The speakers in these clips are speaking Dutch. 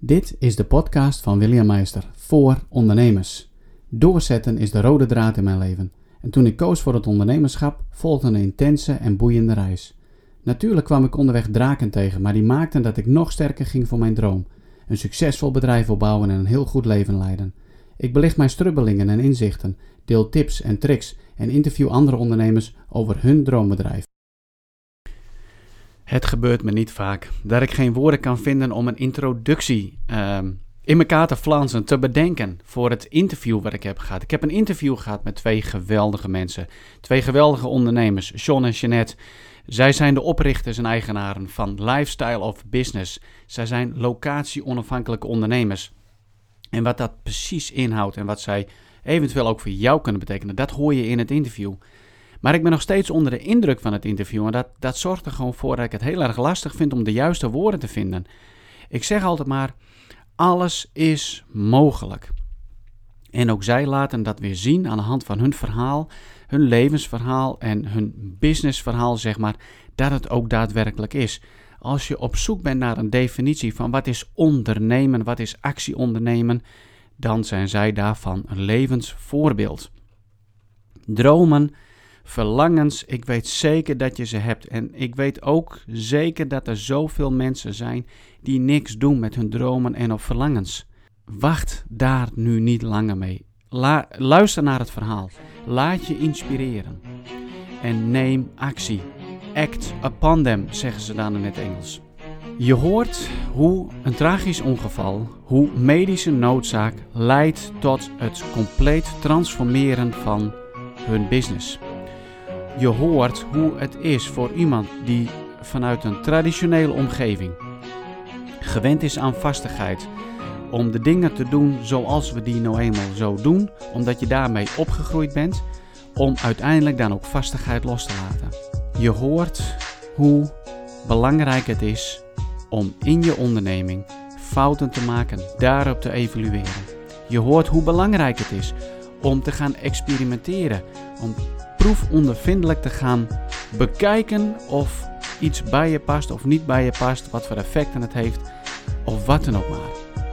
Dit is de podcast van William Meister voor ondernemers. Doorzetten is de rode draad in mijn leven. En toen ik koos voor het ondernemerschap, volgde een intense en boeiende reis. Natuurlijk kwam ik onderweg draken tegen, maar die maakten dat ik nog sterker ging voor mijn droom. Een succesvol bedrijf opbouwen en een heel goed leven leiden. Ik belicht mijn strubbelingen en inzichten, deel tips en tricks en interview andere ondernemers over hun droombedrijf. Het gebeurt me niet vaak dat ik geen woorden kan vinden om een introductie in elkaar te flansen, te bedenken voor het interview wat ik heb gehad. Ik heb een interview gehad met twee geweldige mensen, twee geweldige ondernemers, John en Jeanette. Zij zijn de oprichters en eigenaren van Lifestyle of Business. Zij zijn locatie-onafhankelijke ondernemers. En wat dat precies inhoudt en wat zij eventueel ook voor jou kunnen betekenen, dat hoor je in het interview. Maar ik ben nog steeds onder de indruk van het interview en dat zorgt er gewoon voor dat ik het heel erg lastig vind om de juiste woorden te vinden. Ik zeg altijd maar, alles is mogelijk. En ook zij laten dat weer zien aan de hand van hun verhaal, hun levensverhaal en hun businessverhaal, zeg maar, dat het ook daadwerkelijk is. Als je op zoek bent naar een definitie van wat is ondernemen, wat is actie ondernemen, dan zijn zij daarvan een levensvoorbeeld. Dromen, verlangens, ik weet zeker dat je ze hebt. En ik weet ook zeker dat er zoveel mensen zijn die niks doen met hun dromen en of verlangens. Wacht daar nu niet langer mee. Luister naar het verhaal. Laat je inspireren. En neem actie. Act upon them, zeggen ze dan in het Engels. Je hoort hoe een tragisch ongeval, hoe medische noodzaak leidt tot het compleet transformeren van hun business. Je hoort hoe het is voor iemand die vanuit een traditionele omgeving gewend is aan vastigheid, om de dingen te doen zoals we die nou eenmaal zo doen, omdat je daarmee opgegroeid bent, om uiteindelijk dan ook vastigheid los te laten. Je hoort hoe belangrijk het is om in je onderneming fouten te maken, daarop te evalueren. Je hoort hoe belangrijk het is om te gaan experimenteren, om proefondervindelijk te gaan bekijken of iets bij je past of niet bij je past, wat voor effecten het heeft of wat dan ook maar.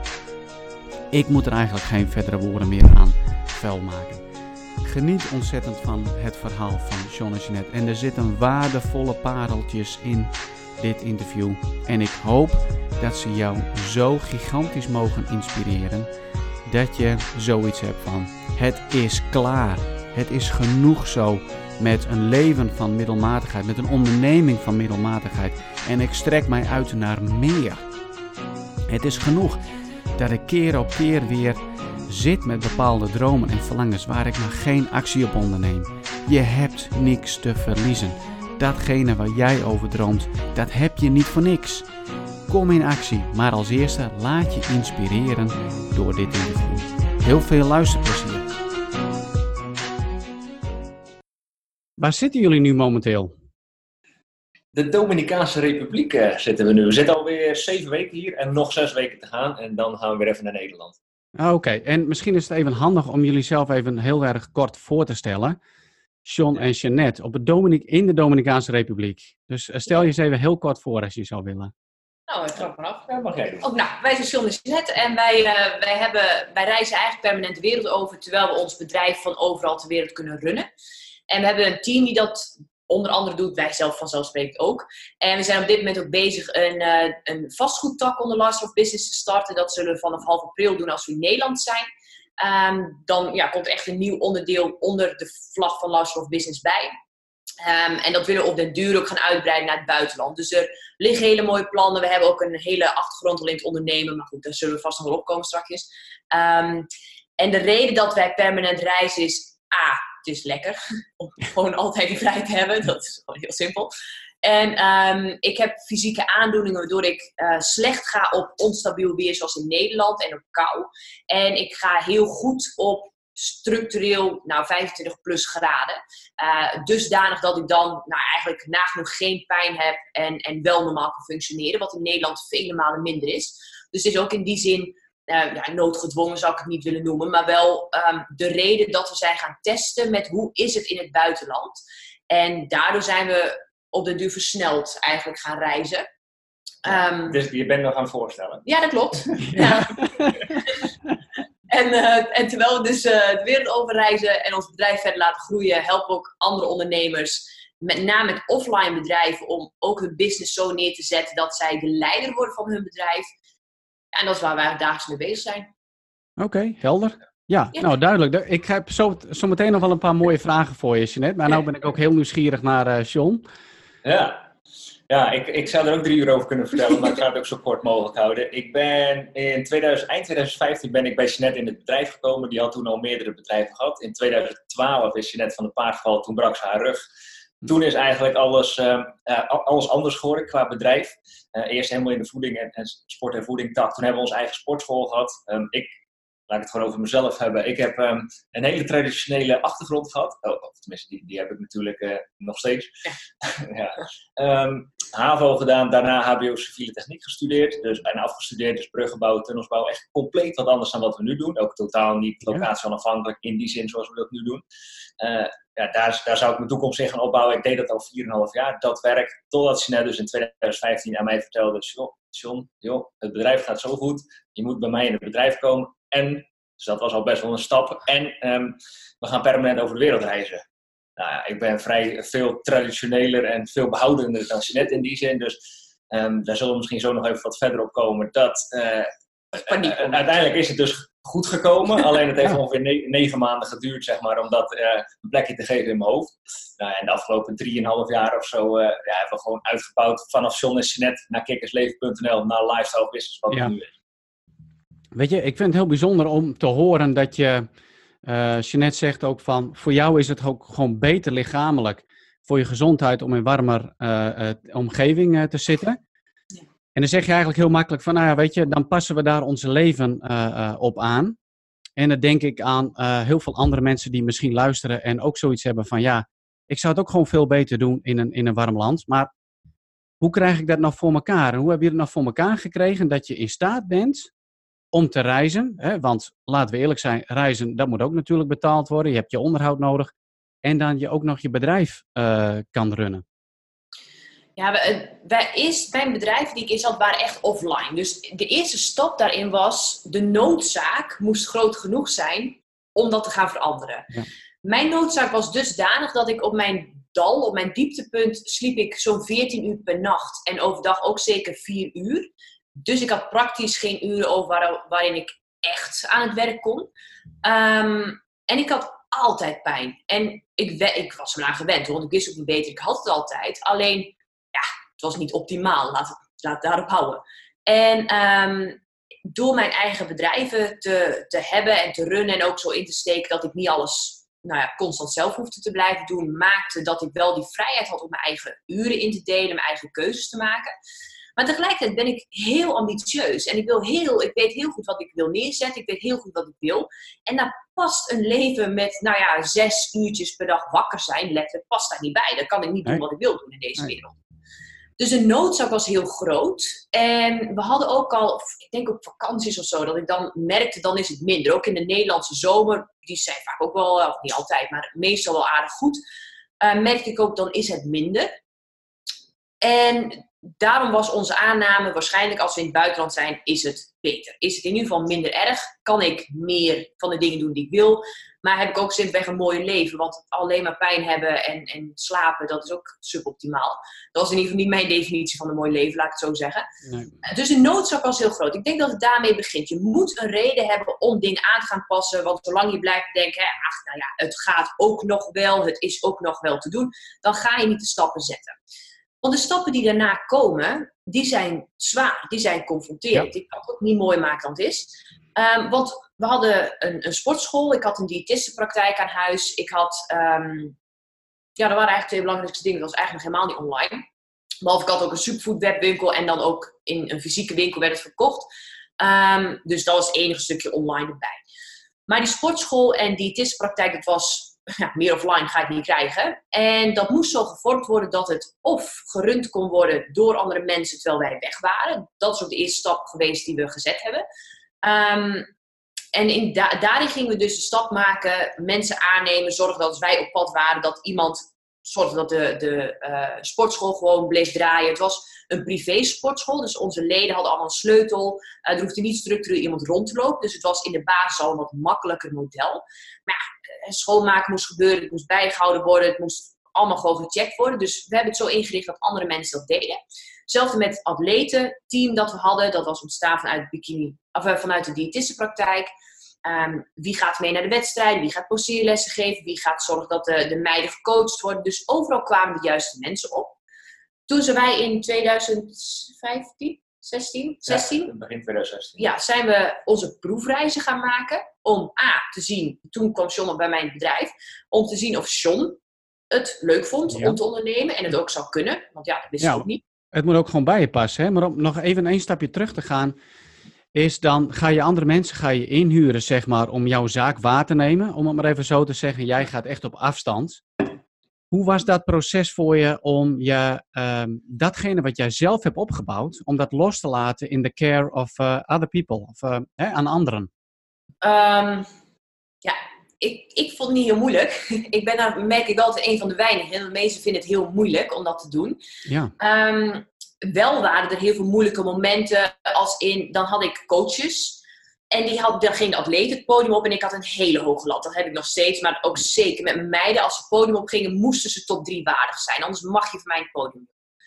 Ik moet er eigenlijk geen verdere woorden meer aan vuil maken. Geniet ontzettend van het verhaal van John en Jeanette en er zitten waardevolle pareltjes in dit interview en ik hoop dat ze jou zo gigantisch mogen inspireren dat je zoiets hebt van het is klaar. Het is genoeg zo met een leven van middelmatigheid, met een onderneming van middelmatigheid. En ik strek mij uit naar meer. Het is genoeg dat ik keer op keer weer zit met bepaalde dromen en verlangens waar ik maar geen actie op onderneem. Je hebt niks te verliezen. Datgene waar jij over droomt, dat heb je niet voor niks. Kom in actie, maar als eerste laat je inspireren door dit interview. Heel veel luisterplezier. Waar zitten jullie nu momenteel? De Dominicaanse Republiek zitten we nu. We zitten alweer 7 weken hier en nog 6 weken te gaan. En dan gaan we weer even naar Nederland. Oké, en misschien is het even handig om jullie zelf even heel erg kort voor te stellen. John en Jeanette in de Dominicaanse Republiek. Dus stel je eens even heel kort voor als je zou willen. Nou, ik trap vanaf. Ja, mag jij doen. Wij zijn John en Jeanette en wij reizen eigenlijk permanent de wereld over, terwijl we ons bedrijf van overal ter wereld kunnen runnen. En we hebben een team die dat onder andere doet, wij zelf vanzelfsprekend ook. En we zijn op dit moment ook bezig een vastgoedtak onder Lifestyle of Business te starten. Dat zullen we vanaf half april doen als we in Nederland zijn. Dan komt echt een nieuw onderdeel onder de vlag van Lifestyle of Business bij. En dat willen we op den duur ook gaan uitbreiden naar het buitenland. Dus er liggen hele mooie plannen. We hebben ook een hele achtergrond al in het ondernemen. Maar goed, daar zullen we vast nog wel opkomen straks. En de reden dat wij permanent reizen is... Het is lekker om gewoon altijd die vrijheid te hebben. Dat is gewoon heel simpel. En ik heb fysieke aandoeningen waardoor ik slecht ga op onstabiel weer zoals in Nederland en op kou. En ik ga heel goed op structureel 25 plus graden. Dusdanig dat ik dan eigenlijk nagenoeg geen pijn heb en wel normaal kan functioneren. Wat in Nederland vele malen minder is. Dus het is ook in die zin... noodgedwongen zou ik het niet willen noemen, maar wel de reden dat we zijn gaan testen met hoe is het in het buitenland. En daardoor zijn we op de duur versneld eigenlijk gaan reizen. Dus je bent nog aan het voorstellen. Ja, dat klopt. Ja. En terwijl we dus de wereld over reizen en ons bedrijf verder laten groeien, helpen we ook andere ondernemers, met name met offline bedrijven, om ook hun business zo neer te zetten dat zij de leider worden van hun bedrijf. En dat is waar wij dagelijks mee bezig zijn. Oké, helder. Ja, nou duidelijk. Ik heb zo meteen nog wel een paar mooie vragen voor je, Jeanette. Maar nou ben ik ook heel nieuwsgierig naar John. Ja, ik zou er ook 3 uur over kunnen vertellen, maar ik ga het ook zo kort mogelijk houden. Ik ben eind 2015 ben ik bij Jeanette in het bedrijf gekomen. Die had toen al meerdere bedrijven gehad. In 2012 is Jeanette van de paard gevallen, toen brak ze haar rug. Toen is eigenlijk alles anders geworden qua bedrijf. Eerst helemaal in de voeding en sport en voeding tak. Toen hebben we onze eigen sportschool gehad. Laat ik het gewoon over mezelf hebben. Ik heb een hele traditionele achtergrond gehad. Of tenminste, die heb ik natuurlijk nog steeds. Ja. HAVO gedaan, daarna HBO civiele techniek gestudeerd. En afgestudeerd, dus bruggenbouw, tunnelsbouw. Echt compleet wat anders dan wat we nu doen. Ook totaal niet locatie-onafhankelijk in die zin zoals we dat nu doen. Daar zou ik mijn toekomst in gaan opbouwen. Ik deed dat al 4,5 jaar. Dat werk, totdat Jeanette dus in 2015 aan mij vertelde: John, het bedrijf gaat zo goed. Je moet bij mij in het bedrijf komen. Dus dat was al best wel een stap. En we gaan permanent over de wereld reizen. Nou ja, ik ben vrij veel traditioneler en veel behoudender dan Jeanette in die zin. Dus daar zullen we misschien zo nog even wat verder op komen. Uiteindelijk is het dus goed gekomen. Alleen het heeft ongeveer 9 maanden geduurd, zeg maar, om dat een plekje te geven in mijn hoofd. En de afgelopen 3,5 jaar of zo hebben we gewoon uitgebouwd vanaf John en Jeanette naar kikkersleven.nl naar lifestyle business, wat het nu is. Weet je, ik vind het heel bijzonder om te horen dat je, Jeanette zegt ook van, voor jou is het ook gewoon beter lichamelijk, voor je gezondheid om in warmer omgeving te zitten. Ja. En dan zeg je eigenlijk heel makkelijk van, nou ja, weet je, dan passen we daar onze leven op aan. En dan denk ik aan heel veel andere mensen die misschien luisteren en ook zoiets hebben van, ja, ik zou het ook gewoon veel beter doen in een warm land, maar hoe krijg ik dat nou voor elkaar? En hoe heb je het nou voor elkaar gekregen dat je in staat bent om te reizen? Hè? Want laten we eerlijk zijn, reizen, dat moet ook natuurlijk betaald worden. Je hebt je onderhoud nodig. En dan je ook nog je bedrijf kan runnen. Ja, mijn bedrijven die ik eerst had, waren echt offline. Dus de eerste stap daarin was, de noodzaak moest groot genoeg zijn om dat te gaan veranderen. Ja. Mijn noodzaak was dusdanig dat ik op mijn dieptepunt, sliep ik zo'n 14 uur per nacht. En overdag ook zeker 4 uur. Dus ik had praktisch geen uren over waarin ik echt aan het werk kon. En ik had altijd pijn. En ik was eraan gewend, want ik wist ook niet beter. Ik had het altijd. Alleen, ja, het was niet optimaal. Laat het daarop houden. En door mijn eigen bedrijven te hebben en te runnen en ook zo in te steken dat ik niet alles constant zelf hoefde te blijven doen, maakte dat ik wel die vrijheid had om mijn eigen uren in te delen, mijn eigen keuzes te maken. Maar tegelijkertijd ben ik heel ambitieus. En ik weet heel goed wat ik wil neerzetten. Ik weet heel goed wat ik wil. En daar past een leven met, 6 uurtjes per dag wakker zijn. Letterlijk past daar niet bij. Dan kan ik niet doen wat ik wil doen in deze wereld. Dus de noodzaak was heel groot. En we hadden ook al, ik denk op vakanties of zo, dat ik dan merkte, dan is het minder. Ook in de Nederlandse zomer, die zijn vaak ook wel, of niet altijd, maar meestal wel aardig goed. Merkte ik ook, dan is het minder. En daarom was onze aanname, waarschijnlijk als we in het buitenland zijn, is het beter. Is het in ieder geval minder erg? Kan ik meer van de dingen doen die ik wil? Maar heb ik ook simpelweg een mooi leven? Want alleen maar pijn hebben en slapen, dat is ook suboptimaal. Dat was in ieder geval niet mijn definitie van een mooi leven, laat ik het zo zeggen. Nee. Dus de noodzaak was heel groot. Ik denk dat het daarmee begint. Je moet een reden hebben om dingen aan te gaan passen. Want zolang je blijft denken, het gaat ook nog wel, het is ook nog wel te doen, dan ga je niet de stappen zetten. Want de stappen die daarna komen, die zijn zwaar, die zijn confronterend. Ja. Ik kan het ook niet mooi maken dan het is. Want we hadden een sportschool, ik had een diëtistenpraktijk aan huis. Ik had, dat waren eigenlijk 2 belangrijkste dingen. Dat was eigenlijk nog helemaal niet online. Behalve ik had ook een superfood webwinkel en dan ook in een fysieke winkel werd het verkocht. Dus dat was het enige stukje online erbij. Maar die sportschool en diëtistenpraktijk, dat was meer offline ga ik niet krijgen. En dat moest zo gevormd worden dat het of gerund kon worden door andere mensen terwijl wij weg waren. Dat is ook de eerste stap geweest die we gezet hebben. En daarin gingen we dus de stap maken, mensen aannemen, zorgen dat als wij op pad waren, dat iemand zorgde dat de sportschool gewoon bleef draaien. Het was een privé sportschool, dus onze leden hadden allemaal een sleutel. Er hoefde niet structureel iemand rond te lopen, dus het was in de basis al een wat makkelijker model. Maar ja, schoonmaken moest gebeuren, het moest bijgehouden worden, het moest allemaal gewoon gecheckt worden. Dus we hebben het zo ingericht dat andere mensen dat deden. Hetzelfde met het atletenteam dat we hadden, dat was ontstaan vanuit de diëtistenpraktijk. Wie gaat mee naar de wedstrijden, wie gaat poseerlessen geven, wie gaat zorgen dat de meiden gecoacht worden. Dus overal kwamen de juiste mensen op. Toen zijn wij in 2015, 16? Ja, begin 2016. Ja, zijn we onze proefreizen gaan maken om te zien, toen kwam John op bij mijn bedrijf, om te zien of John het leuk vond om te ondernemen en het ook zou kunnen. Want ja, dat wist ik ook niet. Het moet ook gewoon bij je passen. Hè? Maar om nog even een stapje terug te gaan, is dan ga je andere mensen inhuren, zeg maar, om jouw zaak waar te nemen. Om het maar even zo te zeggen, jij gaat echt op afstand. Hoe was dat proces voor je om datgene wat jij zelf hebt opgebouwd, om dat los te laten in the care of other people, of aan anderen? Ik vond het niet heel moeilijk. Merk ik altijd een van de weinigen. De meesten vinden het heel moeilijk om dat te doen. Ja. Wel waren er heel veel moeilijke momenten, dan had ik coaches. En dan ging de atleet het podium op en ik had een hele hoge lat. Dat heb ik nog steeds, maar ook zeker met mijn meiden. Als ze het podium opgingen, moesten ze top 3 waardig zijn. Anders mag je van mij het podium.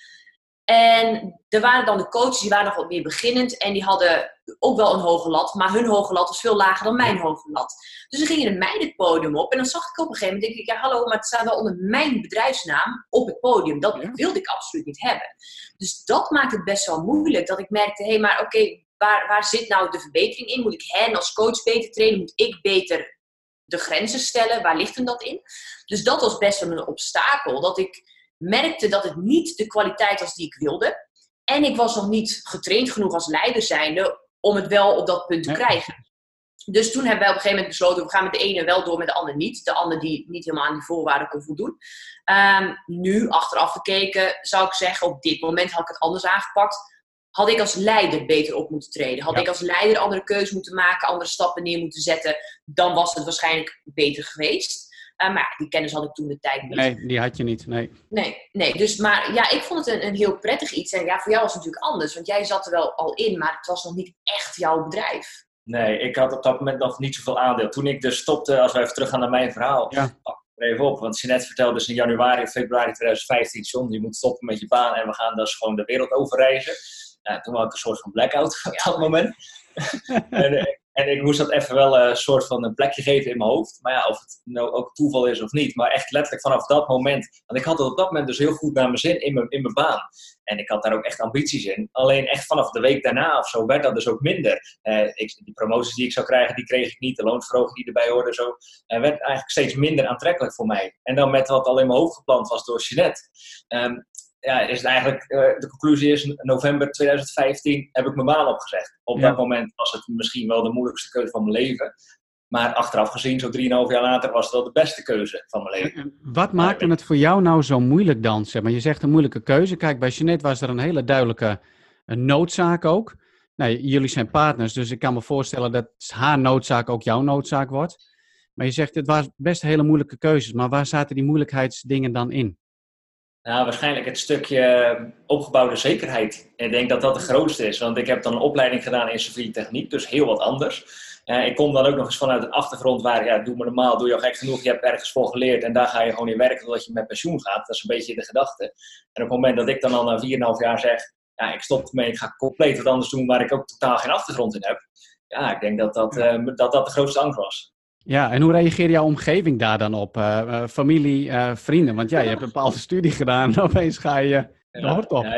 En er waren dan de coaches, die waren nog wat meer beginnend. En die hadden ook wel een hoge lat. Maar hun hoge lat was veel lager dan mijn hoge lat. Dus dan gingen de meiden het podium op. En dan zag ik op een gegeven moment, denk ik, ja hallo, maar het staat wel onder mijn bedrijfsnaam op het podium. Dat wilde ik absoluut niet hebben. Dus dat maakt het best wel moeilijk. Dat ik merkte, maar oké, waar zit nou de verbetering in? Moet ik hen als coach beter trainen? Moet ik beter de grenzen stellen? Waar ligt hem dat in? Dus dat was best wel een obstakel. Dat ik merkte dat het niet de kwaliteit was die ik wilde. En ik was nog niet getraind genoeg als leider zijnde om het wel op dat punt te krijgen. Dus toen hebben wij op een gegeven moment besloten, we gaan met de ene wel door, met de ander niet. De ander die niet helemaal aan die voorwaarden kon voldoen. Nu, achteraf gekeken, zou ik zeggen, op dit moment had ik het anders aangepakt. Had ik als leider beter op moeten treden. Had ik als leider andere keuzes moeten maken, andere stappen neer moeten zetten. Dan was het waarschijnlijk beter geweest. Maar die kennis had ik toen de tijd niet. Nee, die had je niet, Nee. Dus, maar ja, ik vond het een heel prettig iets. En ja, voor jou was het natuurlijk anders. Want jij zat er wel al in, maar het was nog niet echt jouw bedrijf. Nee, ik had op dat moment nog niet zoveel aandeel. Toen ik dus stopte, als we even teruggaan naar mijn verhaal. Ja. Pak er even op, want Jeanette vertelde dus in januari of februari 2015... John, je moet stoppen met je baan en we gaan dus gewoon de wereld overreizen. Toen had ik een soort van blackout op dat moment. En ik moest dat even wel een soort van een plekje geven in mijn hoofd. Maar ja, of het nou ook toeval is of niet. Maar echt letterlijk vanaf dat moment. Want ik had het op dat moment dus heel goed naar mijn zin in mijn baan. En ik had daar ook echt ambities in. Alleen echt vanaf de week daarna of zo werd dat dus ook minder. Die promoties die ik zou krijgen, die kreeg ik niet. De loonsverhoging die erbij hoorde, zo. Werd eigenlijk steeds minder aantrekkelijk voor mij. En dan met wat al in mijn hoofd gepland was door Jeanette. Is het eigenlijk, de conclusie is, in november 2015 heb ik mijn baan opgezegd. Op dat moment was het misschien wel de moeilijkste keuze van mijn leven. Maar achteraf gezien, zo 3,5 jaar later, was het wel de beste keuze van mijn leven. Wat maakte het voor jou nou zo moeilijk dan? Zeg maar, je zegt een moeilijke keuze. Kijk, bij Jeanette was er een hele duidelijke noodzaak ook. Nou, jullie zijn partners, dus ik kan me voorstellen dat haar noodzaak ook jouw noodzaak wordt. Maar je zegt, het was best hele moeilijke keuzes. Maar waar zaten die moeilijkheidsdingen dan in? Nou, waarschijnlijk het stukje opgebouwde zekerheid. Ik denk dat dat de grootste is. Want ik heb dan een opleiding gedaan in civiele techniek. Dus heel wat anders. Ik kom dan ook nog eens vanuit een achtergrond waar, doe maar normaal, doe je al gek genoeg. Je hebt ergens voor geleerd en daar ga je gewoon in werken totdat je met pensioen gaat. Dat is een beetje de gedachte. En op het moment dat ik dan al na 4,5 jaar zeg, ik stop ermee, ik ga compleet wat anders doen waar ik ook totaal geen achtergrond in heb. Ja, ik denk dat de grootste angst was. Ja, en hoe reageerde jouw omgeving daar dan op? Familie, vrienden? Want je hebt een bepaalde studie gedaan en opeens ga je de hort op.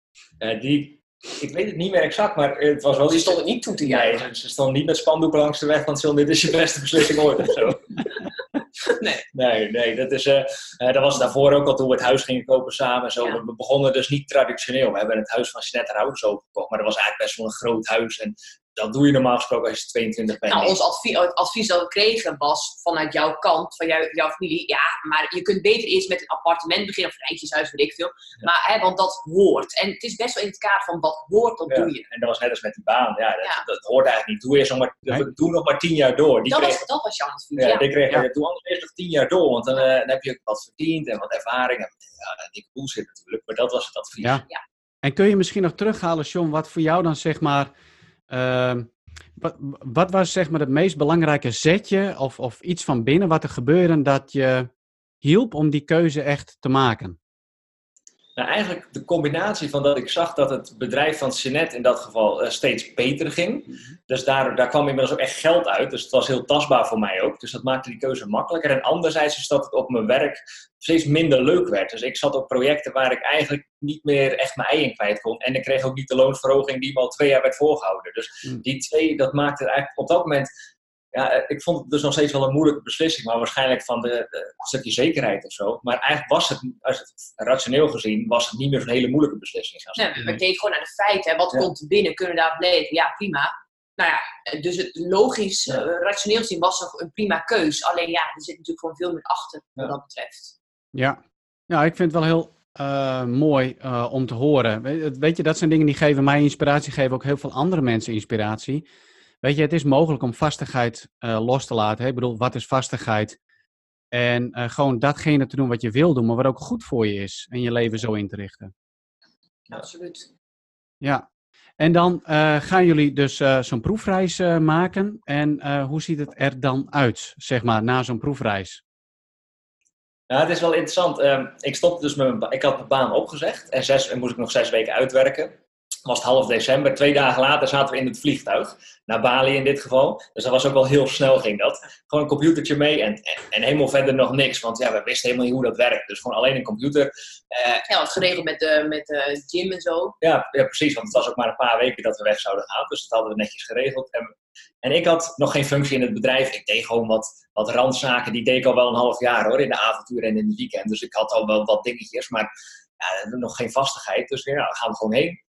Ik weet het niet meer exact, maar het was wel... Ze stonden niet toe te juichen. Nee, ze stonden niet met spandoeken langs de weg, want John, dit is je beste beslissing ooit of zo. Nee, dat was daarvoor ook al toen we het huis gingen kopen samen. Zo. Ja. We begonnen dus niet traditioneel. We hebben het huis van Jeanette haar ouders overgekocht, maar dat was eigenlijk best wel een groot huis. En dat doe je normaal gesproken als je 22 bent. Nou, ons advies dat we kregen was vanuit jouw kant, van jouw familie. Ja, maar je kunt beter eerst met een appartement beginnen, of een rijtjeshuis, weet ik veel. Ja. Maar, want dat hoort. En het is best wel in het kader van wat hoort, dat doe je. En dat was net als met die baan. Ja, dat hoort eigenlijk niet. Doe nog maar 10 jaar door. Dat was jouw advies, doe anders eerst nog 10 jaar door, want dan heb je ook wat verdiend en wat ervaring. Ja, dikke bullshit natuurlijk, maar dat was het advies. Ja. En kun je misschien nog terughalen, John, wat voor jou dan zeg maar... Wat was zeg maar het meest belangrijke zetje of iets van binnen wat er gebeurde dat je hielp om die keuze echt te maken? Nou, eigenlijk de combinatie van dat ik zag dat het bedrijf van Jeanette in dat geval steeds beter ging. Mm-hmm. Dus daar kwam inmiddels ook echt geld uit. Dus het was heel tastbaar voor mij ook. Dus dat maakte die keuze makkelijker. En anderzijds is dat het op mijn werk steeds minder leuk werd. Dus ik zat op projecten waar ik eigenlijk niet meer echt mijn ei in kwijt kon. En ik kreeg ook niet de loonsverhoging die me al 2 jaar werd voorgehouden. Dus die 2, dat maakte het eigenlijk op dat moment... Ja, ik vond het dus nog steeds wel een moeilijke beslissing, maar waarschijnlijk van de stukje zekerheid of zo. Maar eigenlijk was het, als het rationeel gezien, was het niet meer zo'n hele moeilijke beslissing. Nee, we keken gewoon naar de feiten. Wat komt er binnen? Kunnen we daar blijven? Ja, prima. Nou ja, dus het logisch, rationeel gezien was het een prima keus. Alleen ja, er zit natuurlijk gewoon veel meer achter wat dat betreft. Ja, ik vind het wel heel mooi om te horen. Weet je, dat zijn dingen die geven mij inspiratie, geven ook heel veel andere mensen inspiratie. Weet je, het is mogelijk om vastigheid los te laten. Hè? Ik bedoel, wat is vastigheid? En gewoon datgene te doen wat je wil doen, maar wat ook goed voor je is. En je leven zo in te richten. Ja, absoluut. Ja. En dan gaan jullie dus zo'n proefreis maken. En hoe ziet het er dan uit, zeg maar, na zo'n proefreis? Ja, het is wel interessant. Ik stopte dus ik had mijn baan opgezegd. En moest ik nog 6 weken uitwerken. Was het half december. 2 dagen later zaten we in het vliegtuig. Naar Bali in dit geval. Dus dat was ook wel heel snel ging dat. Gewoon een computertje mee en helemaal verder nog niks. Want we wisten helemaal niet hoe dat werkt. Dus gewoon alleen een computer. Wat geregeld met gym en zo. Ja, precies. Want het was ook maar een paar weken dat we weg zouden gaan. Dus dat hadden we netjes geregeld. En ik had nog geen functie in het bedrijf. Ik deed gewoon wat randzaken. Die deed ik al wel een half jaar hoor. In de avonturen en in het weekend. Dus ik had al wel wat dingetjes. Maar nog geen vastigheid. Dus daar gaan we gewoon heen.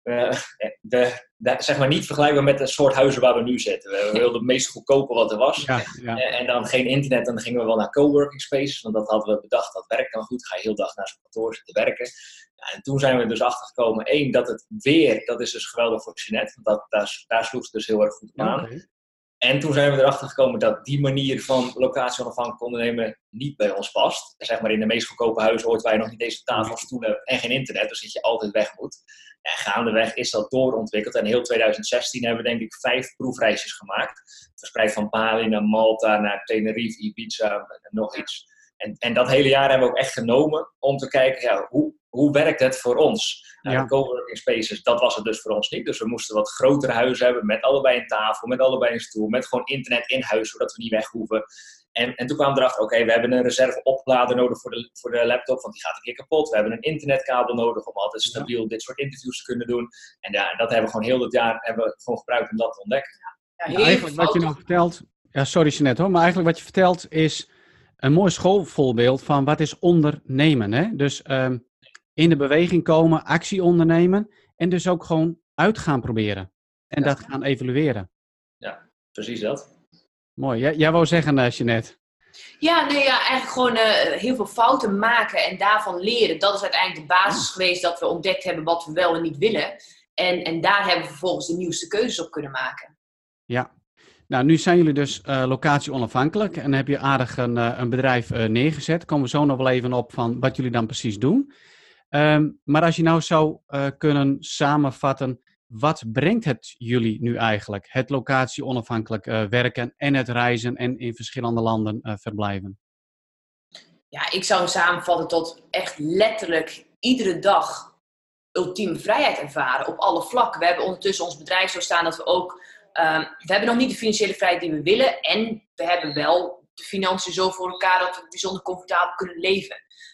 Zeg maar niet vergelijkbaar met het soort huizen waar we nu zitten. We wilden het meest goedkope wat er was. Ja. En dan geen internet, dan gingen we wel naar coworking spaces. Want dat hadden we bedacht, dat werkt dan goed. Ga je heel dag naar zo'n kantoor zitten werken. Ja, en toen zijn we dus achtergekomen. 1, dat het weer, dat is dus geweldig voor Jeanette. Want daar sloeg het dus heel erg goed op aan. Okay. En toen zijn we erachter gekomen dat die manier van locatie-onafhankelijk ondernemen niet bij ons past. Zeg maar in de meest goedkope huizen ooit waar je nog niet deze tafel, stoelen en geen internet. Dus dat je altijd weg moet. En gaandeweg is dat doorontwikkeld. En heel 2016 hebben we denk ik 5 proefreisjes gemaakt. Verspreid van Bali naar Malta, naar Tenerife, Ibiza en nog iets. En dat hele jaar hebben we ook echt genomen om te kijken, hoe werkt het voor ons? De coworking spaces, dat was het dus voor ons niet. Dus we moesten wat grotere huizen hebben met allebei een tafel, met allebei een stoel, met gewoon internet in huis, zodat we niet weg hoeven. En toen kwamen we erachter, we hebben een reserve oplader nodig voor de laptop, want die gaat een keer kapot. We hebben een internetkabel nodig om altijd stabiel dit soort interviews te kunnen doen. En dat hebben we gewoon heel het jaar gewoon gebruikt om dat te ontdekken. Eigenlijk wat je nog vertelt, sorry Jeanette hoor, maar eigenlijk wat je vertelt is een mooi schoolvoorbeeld van wat is ondernemen. Hè? Dus in de beweging komen, actie ondernemen en dus ook gewoon uit gaan proberen. En dat gaan evalueren. Ja, precies dat. Mooi. Jij wou zeggen, Jeanette? Eigenlijk gewoon heel veel fouten maken en daarvan leren. Dat is uiteindelijk de basis geweest dat we ontdekt hebben wat we wel en niet willen. En daar hebben we vervolgens de nieuwste keuzes op kunnen maken. Ja. Nou, nu zijn jullie dus locatie onafhankelijk en heb je aardig een bedrijf neergezet. Komen we zo nog wel even op van wat jullie dan precies doen. Maar als je nou zou kunnen samenvatten, wat brengt het jullie nu eigenlijk? Het locatie onafhankelijk werken en het reizen en in verschillende landen verblijven? Ja, ik zou hem samenvatten tot echt letterlijk iedere dag ultieme vrijheid ervaren op alle vlakken. We hebben ondertussen ons bedrijf zo staan dat we ook... we hebben nog niet de financiële vrijheid die we willen. En we hebben wel de financiën zo voor elkaar dat we bijzonder comfortabel kunnen leven.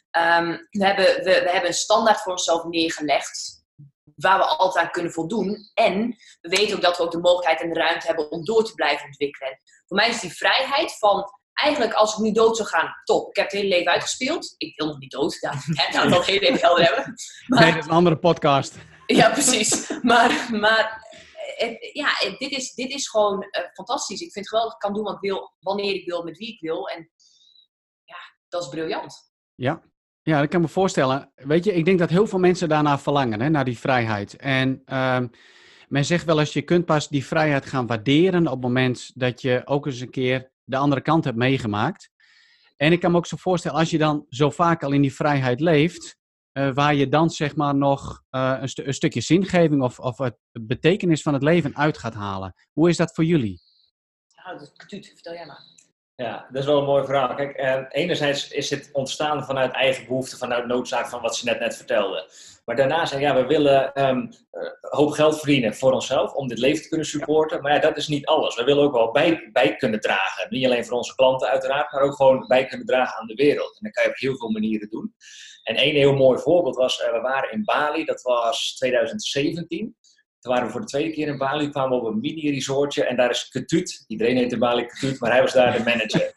We hebben een standaard voor onszelf neergelegd. Waar we altijd aan kunnen voldoen. En we weten ook dat we ook de mogelijkheid en de ruimte hebben om door te blijven ontwikkelen. Voor mij is die vrijheid van... Eigenlijk als ik nu dood zou gaan, top. Ik heb het hele leven uitgespeeld. Ik wil nog niet dood. Dat wil geen leven helder hebben. Maar, nee, dat is een andere podcast. Ja, precies. Maar dit is gewoon fantastisch. Ik vind het geweldig. Ik kan doen wat ik wil, wanneer ik wil, met wie ik wil. En ja, dat is briljant. Ja, dat kan ik me voorstellen. Weet je, ik denk dat heel veel mensen daarna verlangen, hè, naar die vrijheid. En men zegt wel eens, je kunt pas die vrijheid gaan waarderen op het moment dat je ook eens een keer de andere kant hebt meegemaakt. En ik kan me ook zo voorstellen, als je dan zo vaak al in die vrijheid leeft, waar je dan zeg maar nog een stukje zingeving of het betekenis van het leven uit gaat halen. Hoe is dat voor jullie? Nou, Tuut, vertel jij maar. Ja, dat is wel een mooi verhaal. Kijk, enerzijds is het ontstaan vanuit eigen behoefte, vanuit noodzaak van wat ze net vertelde. Maar daarna zei we willen een hoop geld verdienen voor onszelf om dit leven te kunnen supporten. Maar ja, dat is niet alles. We willen ook wel bij kunnen dragen. Niet alleen voor onze klanten uiteraard, maar ook gewoon bij kunnen dragen aan de wereld. En dat kan je op heel veel manieren doen. En één heel mooi voorbeeld was, we waren in Bali, dat was 2017. Toen waren we voor de tweede keer in Bali, kwamen we op een mini-resortje en daar is Ketut. Iedereen heet in Bali Ketut, maar hij was daar de manager.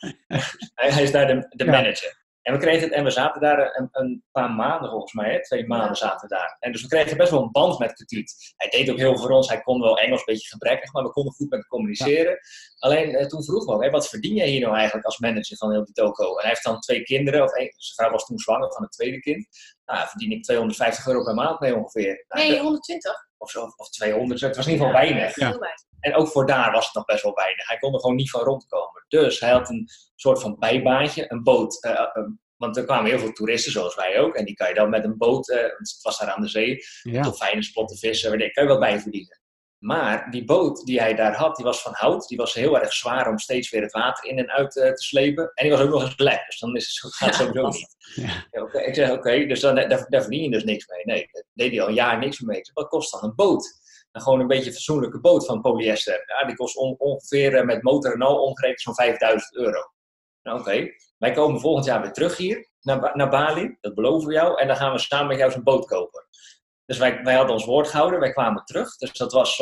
hij is daar de manager. En we zaten daar een paar maanden volgens mij, hè? 2 maanden zaten we daar. En dus we kregen best wel een band met Ketut. Hij deed ook heel veel voor ons, hij kon wel Engels, een beetje gebrekkig, maar we konden goed met hem communiceren. Ja. Alleen toen vroeg we, wat verdien jij hier nou eigenlijk als manager van heel die toko? En hij heeft dan 2 kinderen, zijn vrouw was toen zwanger van het tweede kind. Nou, daar verdien ik €250 per maand mee ongeveer. Nee, 120. Of 200, het was in ieder geval weinig. Ja. En ook voor daar was het nog best wel weinig. Hij kon er gewoon niet van rondkomen. Dus hij had een soort van bijbaantje, een boot. Want er kwamen heel veel toeristen, zoals wij ook. En die kan je dan met een boot, het was daar aan de zee, dolfijnen spotten, vissen, daar kan je wel bij verdienen. Maar die boot die hij daar had, die was van hout. Die was heel erg zwaar om steeds weer het water in en uit te slepen. En die was ook nog eens lek. Dus dan gaat het sowieso niet. Ja, ik zeg, dus daar verdien je dus niks mee. Nee, daar deed hij al een jaar niks mee. Wat kost dan een boot? En gewoon een beetje een fatsoenlijke boot van polyester. Ja, die kost ongeveer met motor en al omgerekend zo'n €5.000. Nou, wij komen volgend jaar weer terug hier naar Bali. Dat beloven we jou. En dan gaan we samen met jou zo'n boot kopen. Dus wij hadden ons woord gehouden. Wij kwamen terug. Dus dat was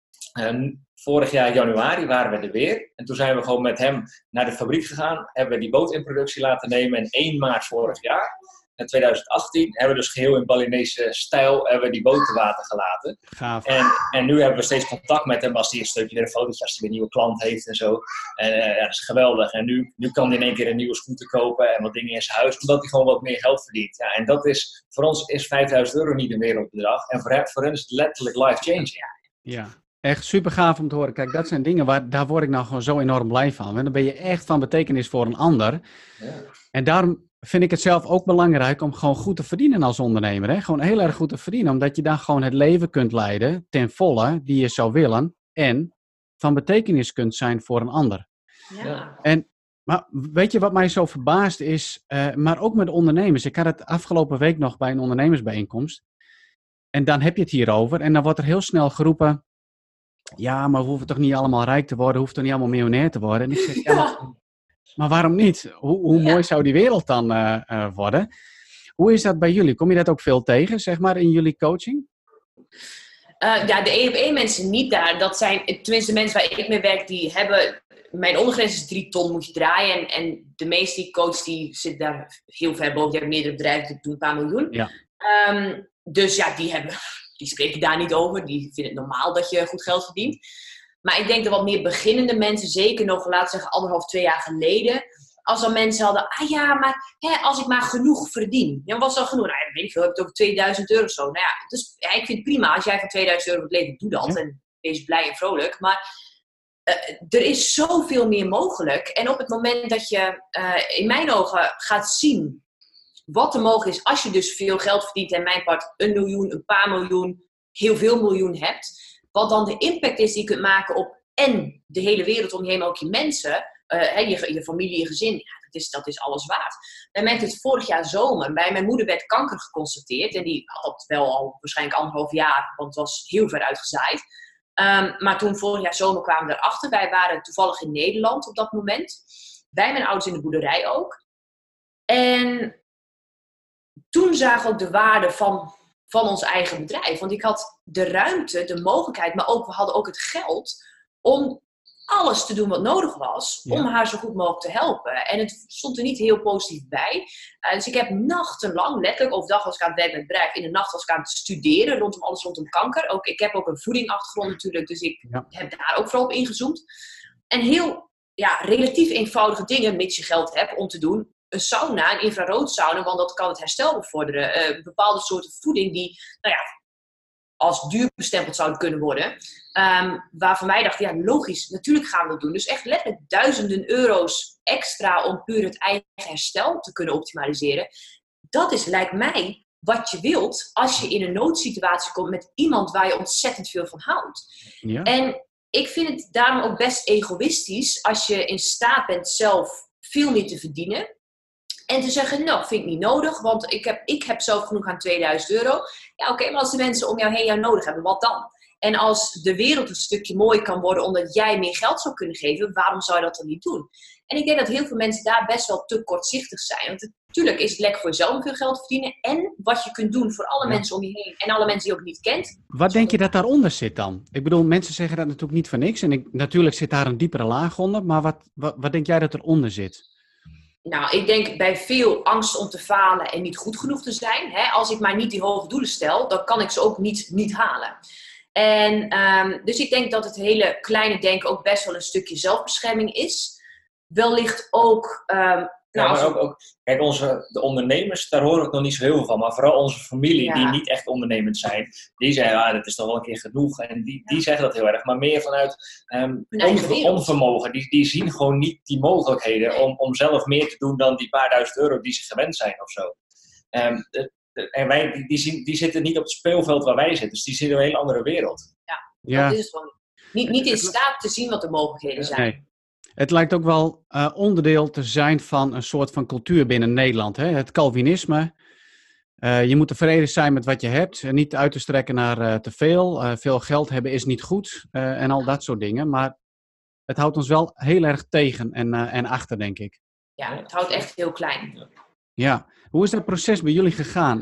vorig jaar januari waren we er weer. En toen zijn we gewoon met hem naar de fabriek gegaan. Hebben we die boot in productie laten nemen. En 1 maart vorig jaar, in 2018, hebben we dus geheel in Balinese stijl hebben we die boot te water gelaten. Gaaf. En nu hebben we steeds contact met hem als hij een stukje weer een fotootje, als hij weer een nieuwe klant heeft en zo. En dat is geweldig. En nu kan hij in één keer een nieuwe scooter kopen en wat dingen in zijn huis, omdat hij gewoon wat meer geld verdient. Ja, en dat is, voor ons is €5.000 niet een wereldbedrag. En voor hen is het letterlijk life-changing. Ja. Echt super gaaf om te horen. Kijk, dat zijn dingen daar word ik nou gewoon zo enorm blij van. Want dan ben je echt van betekenis voor een ander. Ja. En daarom vind ik het zelf ook belangrijk om gewoon goed te verdienen als ondernemer. Hè? Gewoon heel erg goed te verdienen. Omdat je dan gewoon het leven kunt leiden ten volle die je zou willen. En van betekenis kunt zijn voor een ander. Ja. Maar weet je wat mij zo verbaast is? Maar ook met ondernemers. Ik had het afgelopen week nog bij een ondernemersbijeenkomst. En dan heb je het hierover. En dan wordt er heel snel geroepen. Ja, maar we hoeven toch niet allemaal rijk te worden, we hoeven toch niet allemaal miljonair te worden. En ik zeg, maar waarom niet? Hoe mooi zou die wereld dan worden? Hoe is dat bij jullie? Kom je dat ook veel tegen, zeg maar, in jullie coaching? De 1-op-1 mensen niet daar. Dat zijn, tenminste de mensen waar ik mee werk, die hebben... Mijn ondergrens is 3 ton moet je draaien. En de meeste die coach, die zit daar heel ver boven. Die hebben meerdere bedrijven, die doen een paar miljoen. Ja. Dus ja, die spreken daar niet over. Die vinden het normaal dat je goed geld verdient. Maar ik denk dat wat meer beginnende mensen, zeker nog, laten we zeggen 1,5, 2 jaar geleden, als dan mensen hadden, als ik maar genoeg verdien. Ja, wat is dan genoeg? Nou, weet ik veel, heb ik het over €2.000 of zo. Nou ja, dus ik vind het prima. Als jij van €2.000 het leven doe dat. Ja. En wees blij en vrolijk. Maar er is zoveel meer mogelijk. En op het moment dat je, in mijn ogen, gaat zien wat er mogelijk is als je dus veel geld verdient en mijn part 1 miljoen, een paar miljoen, heel veel miljoen hebt. Wat dan de impact is die je kunt maken op en de hele wereld om je heen, maar ook je mensen, je familie, je gezin. Ja, dat is alles waard. Wij merkten het vorig jaar zomer. Bij mijn moeder werd kanker geconstateerd. En die had dat wel al waarschijnlijk 1,5 jaar, want het was heel ver uitgezaaid. Maar toen vorig jaar zomer kwamen we erachter. Wij waren toevallig in Nederland op dat moment. Bij mijn ouders in de boerderij ook. En toen zagen we ook de waarde van ons eigen bedrijf. Want ik had de ruimte, de mogelijkheid, maar ook, we hadden ook het geld om alles te doen wat nodig was om haar zo goed mogelijk te helpen. En het stond er niet heel positief bij. Dus ik heb nachtenlang, letterlijk overdag was ik aan het werk met het bedrijf, in de nacht was ik aan het studeren rondom alles rondom kanker. Ik heb ook een voedingachtergrond natuurlijk, dus ik heb daar ook vooral op ingezoomd. En heel relatief eenvoudige dingen, mits je geld hebt om te doen. Een sauna, een infraroodsauna, want dat kan het herstel bevorderen. Bepaalde soorten voeding die, als duur bestempeld zouden kunnen worden. Waarvan wij dachten, logisch, natuurlijk gaan we dat doen. Dus echt letterlijk duizenden euro's extra om puur het eigen herstel te kunnen optimaliseren. Dat is, lijkt mij, wat je wilt als je in een noodsituatie komt met iemand waar je ontzettend veel van houdt. Ja. En ik vind het daarom ook best egoïstisch als je in staat bent zelf veel meer te verdienen. En te zeggen, vind ik niet nodig, want ik heb zelf genoeg aan 2000 euro. Ja, oké, maar als de mensen om jou heen jou nodig hebben, wat dan? En als de wereld een stukje mooier kan worden omdat jij meer geld zou kunnen geven, waarom zou je dat dan niet doen? En ik denk dat heel veel mensen daar best wel te kortzichtig zijn. Want natuurlijk is het lekker voor jezelf om veel geld te verdienen. En wat je kunt doen voor alle mensen om je heen en alle mensen die je ook niet kent. Wat denk je dat daaronder zit dan? Ik bedoel, mensen zeggen dat natuurlijk niet voor niks. En natuurlijk zit daar een diepere laag onder. Maar wat denk jij dat eronder zit? Nou, ik denk bij veel angst om te falen en niet goed genoeg te zijn. Als ik maar niet die hoge doelen stel, dan kan ik ze ook niet halen. En dus ik denk dat het hele kleine denken ook best wel een stukje zelfbescherming is. Wellicht ook... Kijk, de ondernemers, daar hoor ik nog niet zo heel veel van. Maar vooral onze familie, die niet echt ondernemend zijn. Die zeggen, dat is toch wel een keer genoeg. En die zeggen dat heel erg. Maar meer vanuit onvermogen. Die zien gewoon niet die mogelijkheden om zelf meer te doen dan die paar duizend euro die ze gewend zijn of zo. En wij, die zitten niet op het speelveld waar wij zitten. Dus die zitten in een hele andere wereld. Dat is het gewoon niet in staat te zien wat de mogelijkheden zijn. Nee. Het lijkt ook wel onderdeel te zijn van een soort van cultuur binnen Nederland. Hè? Het Calvinisme. Je moet tevreden zijn met wat je hebt. Niet uit te strekken naar te veel. Veel geld hebben is niet goed. En al dat soort dingen. Maar het houdt ons wel heel erg tegen en achter, denk ik. Ja, het houdt echt heel klein. Ja. Hoe is dat proces bij jullie gegaan?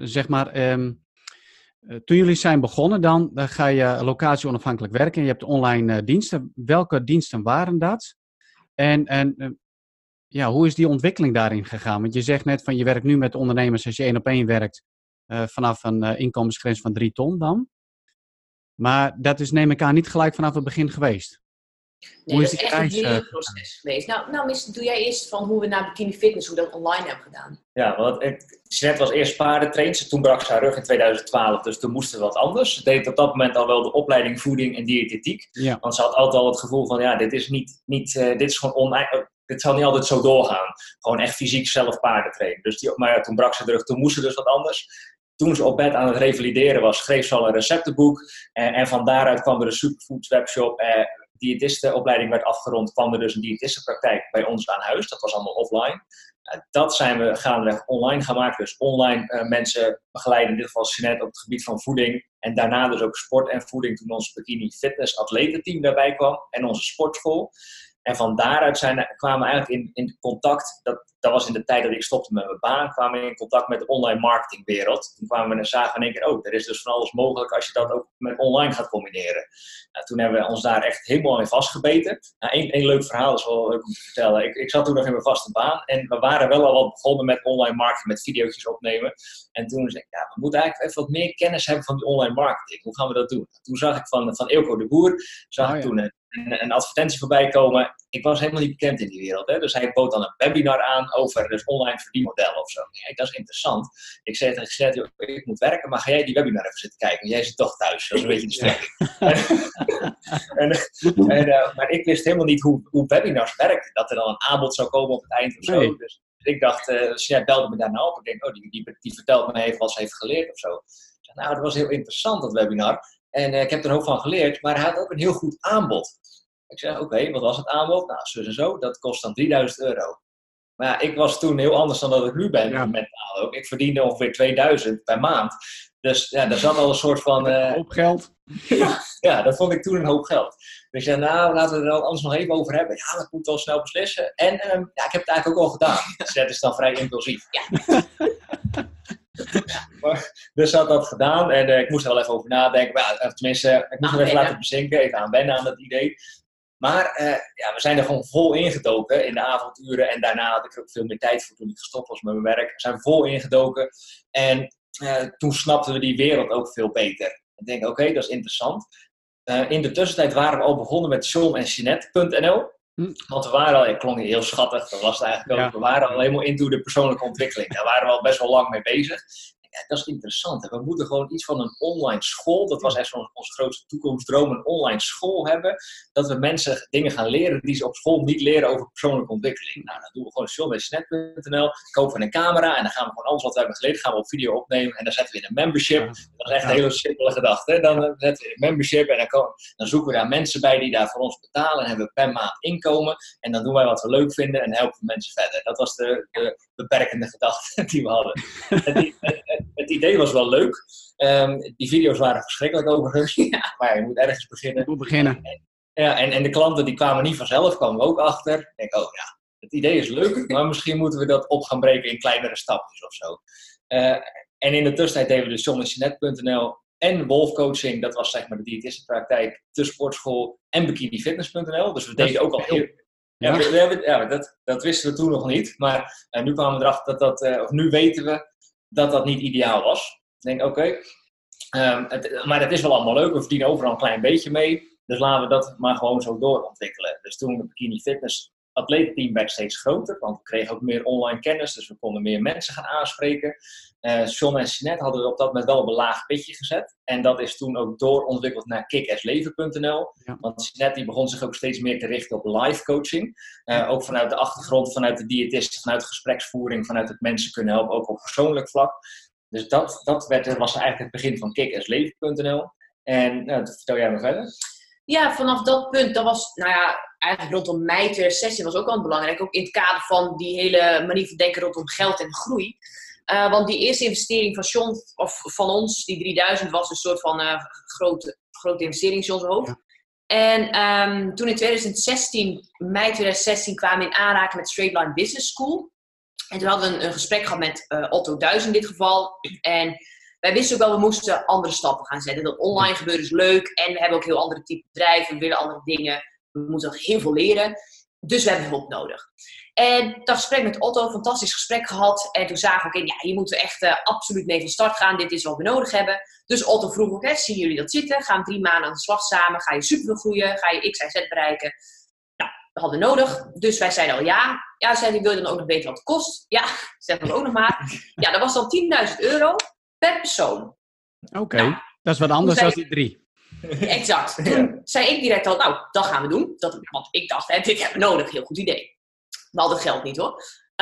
Toen jullie zijn begonnen, dan ga je locatie onafhankelijk werken. Je hebt online diensten. Welke diensten waren dat? En hoe is die ontwikkeling daarin gegaan? Want je zegt net van je werkt nu met ondernemers als je 1-op-1 werkt vanaf een inkomensgrens van 3 ton dan. Maar dat is neem ik aan niet gelijk vanaf het begin geweest. Nee, dat is echt een heel proces geweest. Nou, doe jij eerst van hoe we naar Bikini Fitness, hoe we dat online hebben gedaan. Ja, want Jeanette was eerst paardentrainer. Toen brak ze haar rug in 2012, dus toen moesten we wat anders. Ze deed op dat moment al wel de opleiding voeding en diëtetiek. Ja. Want ze had altijd al het gevoel van, dit is dit is gewoon online. Dit zal niet altijd zo doorgaan. Gewoon echt fysiek zelf paarden trainen. Maar toen brak ze de rug, toen moest ze dus wat anders. Toen ze op bed aan het revalideren was, schreef ze al een receptenboek. En van daaruit kwam er een Superfoods webshop. Diëtistenopleiding werd afgerond, kwam er dus een diëtistenpraktijk bij ons aan huis. Dat was allemaal offline. Dat zijn we gaandeweg online gaan maken. Dus online mensen begeleiden, in dit geval Jeanette, op het gebied van voeding. En daarna dus ook sport en voeding toen ons Bikini Fitness atletenteam daarbij kwam. En onze sportschool. En van daaruit kwamen we eigenlijk in contact, dat was in de tijd dat ik stopte met mijn baan, kwamen we in contact met de online marketingwereld. Toen kwamen we en zagen we in één keer, er is dus van alles mogelijk als je dat ook met online gaat combineren. Toen hebben we ons daar echt helemaal in vastgebeten. Eén leuk verhaal is wel leuk om te vertellen. Ik zat toen nog in mijn vaste baan en we waren wel al wat begonnen met online marketing, met video's opnemen. En toen zei ik, we moeten eigenlijk even wat meer kennis hebben van die online marketing. Hoe gaan we dat doen? Toen zag ik van Eelco de Boer, toen een advertentie voorbij komen. Ik was helemaal niet bekend in die wereld. Hè? Dus hij bood dan een webinar aan over dus online verdienmodellen of zo. Ja, dat is interessant. Ik zei tegen Jeanette, ik moet werken, maar ga jij die webinar even zitten kijken? Jij zit toch thuis. Dat is een beetje de strekking. Maar ik wist helemaal niet hoe webinars werken. Dat er dan een aanbod zou komen op het eind of zo. Nee. Dus ik dacht, Jeanette belde me daarna op. Ik denk, die vertelt me even wat ze heeft geleerd of zo. Ik zei, dat was heel interessant, dat webinar. En ik heb er een hoop van geleerd, maar hij had ook een heel goed aanbod. Ik zei, oké, wat was het aanbod? Nou, zo en zo, dat kost dan 3000 euro. Maar ja, ik was toen heel anders dan dat ik nu ben, mentaal ook. Ik verdiende ongeveer 2000 per maand. Dus daar zat al een soort van... Een hoop geld. Ja, dat vond ik toen een hoop geld. Dus ik zei, laten we er anders nog even over hebben. Ja, dat moet wel snel beslissen. En ik heb het eigenlijk ook al gedaan. Dus dat is dan vrij impulsief. Ja. Dus had dat gedaan en ik moest er wel even over nadenken. Maar, tenminste, ik moest er even laten bezinken, even aan wennen aan dat idee. Maar we zijn er gewoon vol ingedoken in de avonduren. En daarna had ik er ook veel meer tijd voor toen ik gestopt was met mijn werk. We zijn vol ingedoken. En toen snapten we die wereld ook veel beter. Ik denk, oké, dat is interessant. In de tussentijd waren we al begonnen met JohnenJeanette.nl. Want we waren al, het klonk heel schattig, dat was het eigenlijk ook. Ja. We waren al helemaal into de persoonlijke ontwikkeling. Daar waren we al best wel lang mee bezig. Ja, dat is interessant. Hè? We moeten gewoon iets van een online school. Dat was echt onze grootste toekomstdroom. Een online school hebben. Dat we mensen dingen gaan leren die ze op school niet leren over persoonlijke ontwikkeling. Nou, dat doen we gewoon op JohnenJeanette.nl. Kopen we een camera en dan gaan we gewoon alles wat we hebben geleerd gaan we op video opnemen. En dan zetten we in een membership. Ja. Dat is echt een hele simpele gedachte. Hè? Dan zetten we in een membership en dan zoeken we daar mensen bij die daar voor ons betalen. En hebben we per maand inkomen. En dan doen wij wat we leuk vinden en helpen we mensen verder. Dat was de beperkende gedachte die we hadden. Het idee was wel leuk. Die video's waren verschrikkelijk overigens. Ja, maar je moet ergens beginnen. Je moet beginnen. En de klanten die kwamen niet vanzelf, kwamen we ook achter. Ik denk, het idee is leuk, maar misschien moeten we dat op gaan breken in kleinere stapjes of zo. En in de tussentijd deden we dus JohnenJeanette.nl en Wolfcoaching. Dat was zeg maar de diëtistenpraktijk, de sportschool en BikiniFitness.nl. Dus we deden ook al heel... Dat wisten we toen nog niet. Maar nu kwamen we erachter nu weten we dat dat niet ideaal was. Ik denk, maar het is wel allemaal leuk. We verdienen overal een klein beetje mee. Dus laten we dat maar gewoon zo doorontwikkelen. Dus toen de Bikini Fitness atletenteam werd steeds groter. Want we kregen ook meer online kennis. Dus we konden meer mensen gaan aanspreken. John en Jeanette hadden we op dat moment wel op een laag pitje gezet. En dat is toen ook doorontwikkeld naar kickassleven.nl. Ja. Want Jeanette die begon zich ook steeds meer te richten op live coaching. Ook vanuit de achtergrond, vanuit de diëtist, vanuit de gespreksvoering, vanuit het mensen kunnen helpen, ook op persoonlijk vlak. Dus dat was eigenlijk het begin van kickassleven.nl. En vertel jij me verder. Ja, vanaf dat punt, dat was, eigenlijk rondom mei 2016 was ook al belangrijk. Ook in het kader van die hele manier van denken rondom geld en groei. Want die eerste investering van John, of van ons, die 3000, was een soort van grote investering in John's hoofd. Ja. En toen in 2016, mei 2016, kwamen we in aanraking met Straight Line Business School. En toen hadden we een gesprek gehad met Otto Duis in dit geval. En wij wisten ook wel, we moesten andere stappen gaan zetten. Dat online gebeuren is leuk. En we hebben ook heel andere type bedrijven. We willen andere dingen. We moeten nog heel veel leren. Dus we hebben hulp nodig. En dat gesprek met Otto, fantastisch gesprek gehad. En toen zagen we, hier moeten we echt absoluut mee van start gaan. Dit is wat we nodig hebben. Dus Otto vroeg ook, zien jullie dat zitten? Gaan we 3 maanden aan de slag samen? Ga je super groeien? Ga je X, Y, Z bereiken? Nou, dat hadden we nodig. Dus wij zeiden al ja. Ja, zei hij, wil je dan ook nog weten wat het kost? Ja, zeg dat ook nog maar. Ja, dat was dan €10.000 per persoon. Oké, dat is wat anders dan die 3. Exact. Toen zei ik direct al, dat gaan we doen. Want ik dacht, dit hebben we nodig. Heel goed idee. We hadden het geld niet hoor.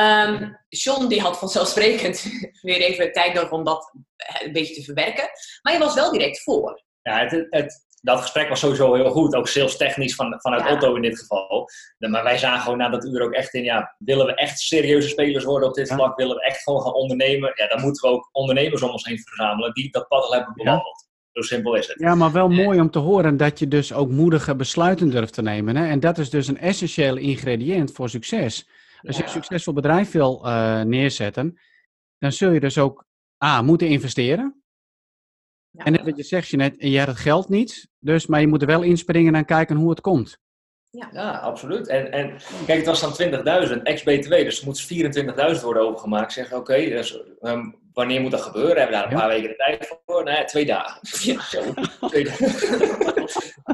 John die had vanzelfsprekend weer even tijd nodig om dat een beetje te verwerken. Maar je was wel direct voor. Ja, dat gesprek was sowieso heel goed. Ook salestechnisch vanuit Otto in dit geval. Maar wij zagen gewoon na dat uur ook echt in, willen we echt serieuze spelers worden op dit vlak? Willen we echt gewoon gaan ondernemen? Ja, dan moeten we ook ondernemers om ons heen verzamelen die dat pad al hebben bewandeld. Zo simpel is het. Ja, maar wel mooi om te horen dat je dus ook moedige besluiten durft te nemen. Hè? En dat is dus een essentieel ingrediënt voor succes. Als je een succesvol bedrijf wil neerzetten, dan zul je dus ook moeten investeren. Ja. En net wat je zegt, Jeanette, je hebt het geld niet, maar je moet er wel inspringen en kijken hoe het komt. Ja, absoluut. En kijk, het was dan 20.000 ex-BTW, dus er moet 24.000 worden overgemaakt. Zeg, oké, dus wanneer moet dat gebeuren? Hebben we daar een paar weken de tijd voor? Nee, 2 dagen. Ja, zo. 2 dagen.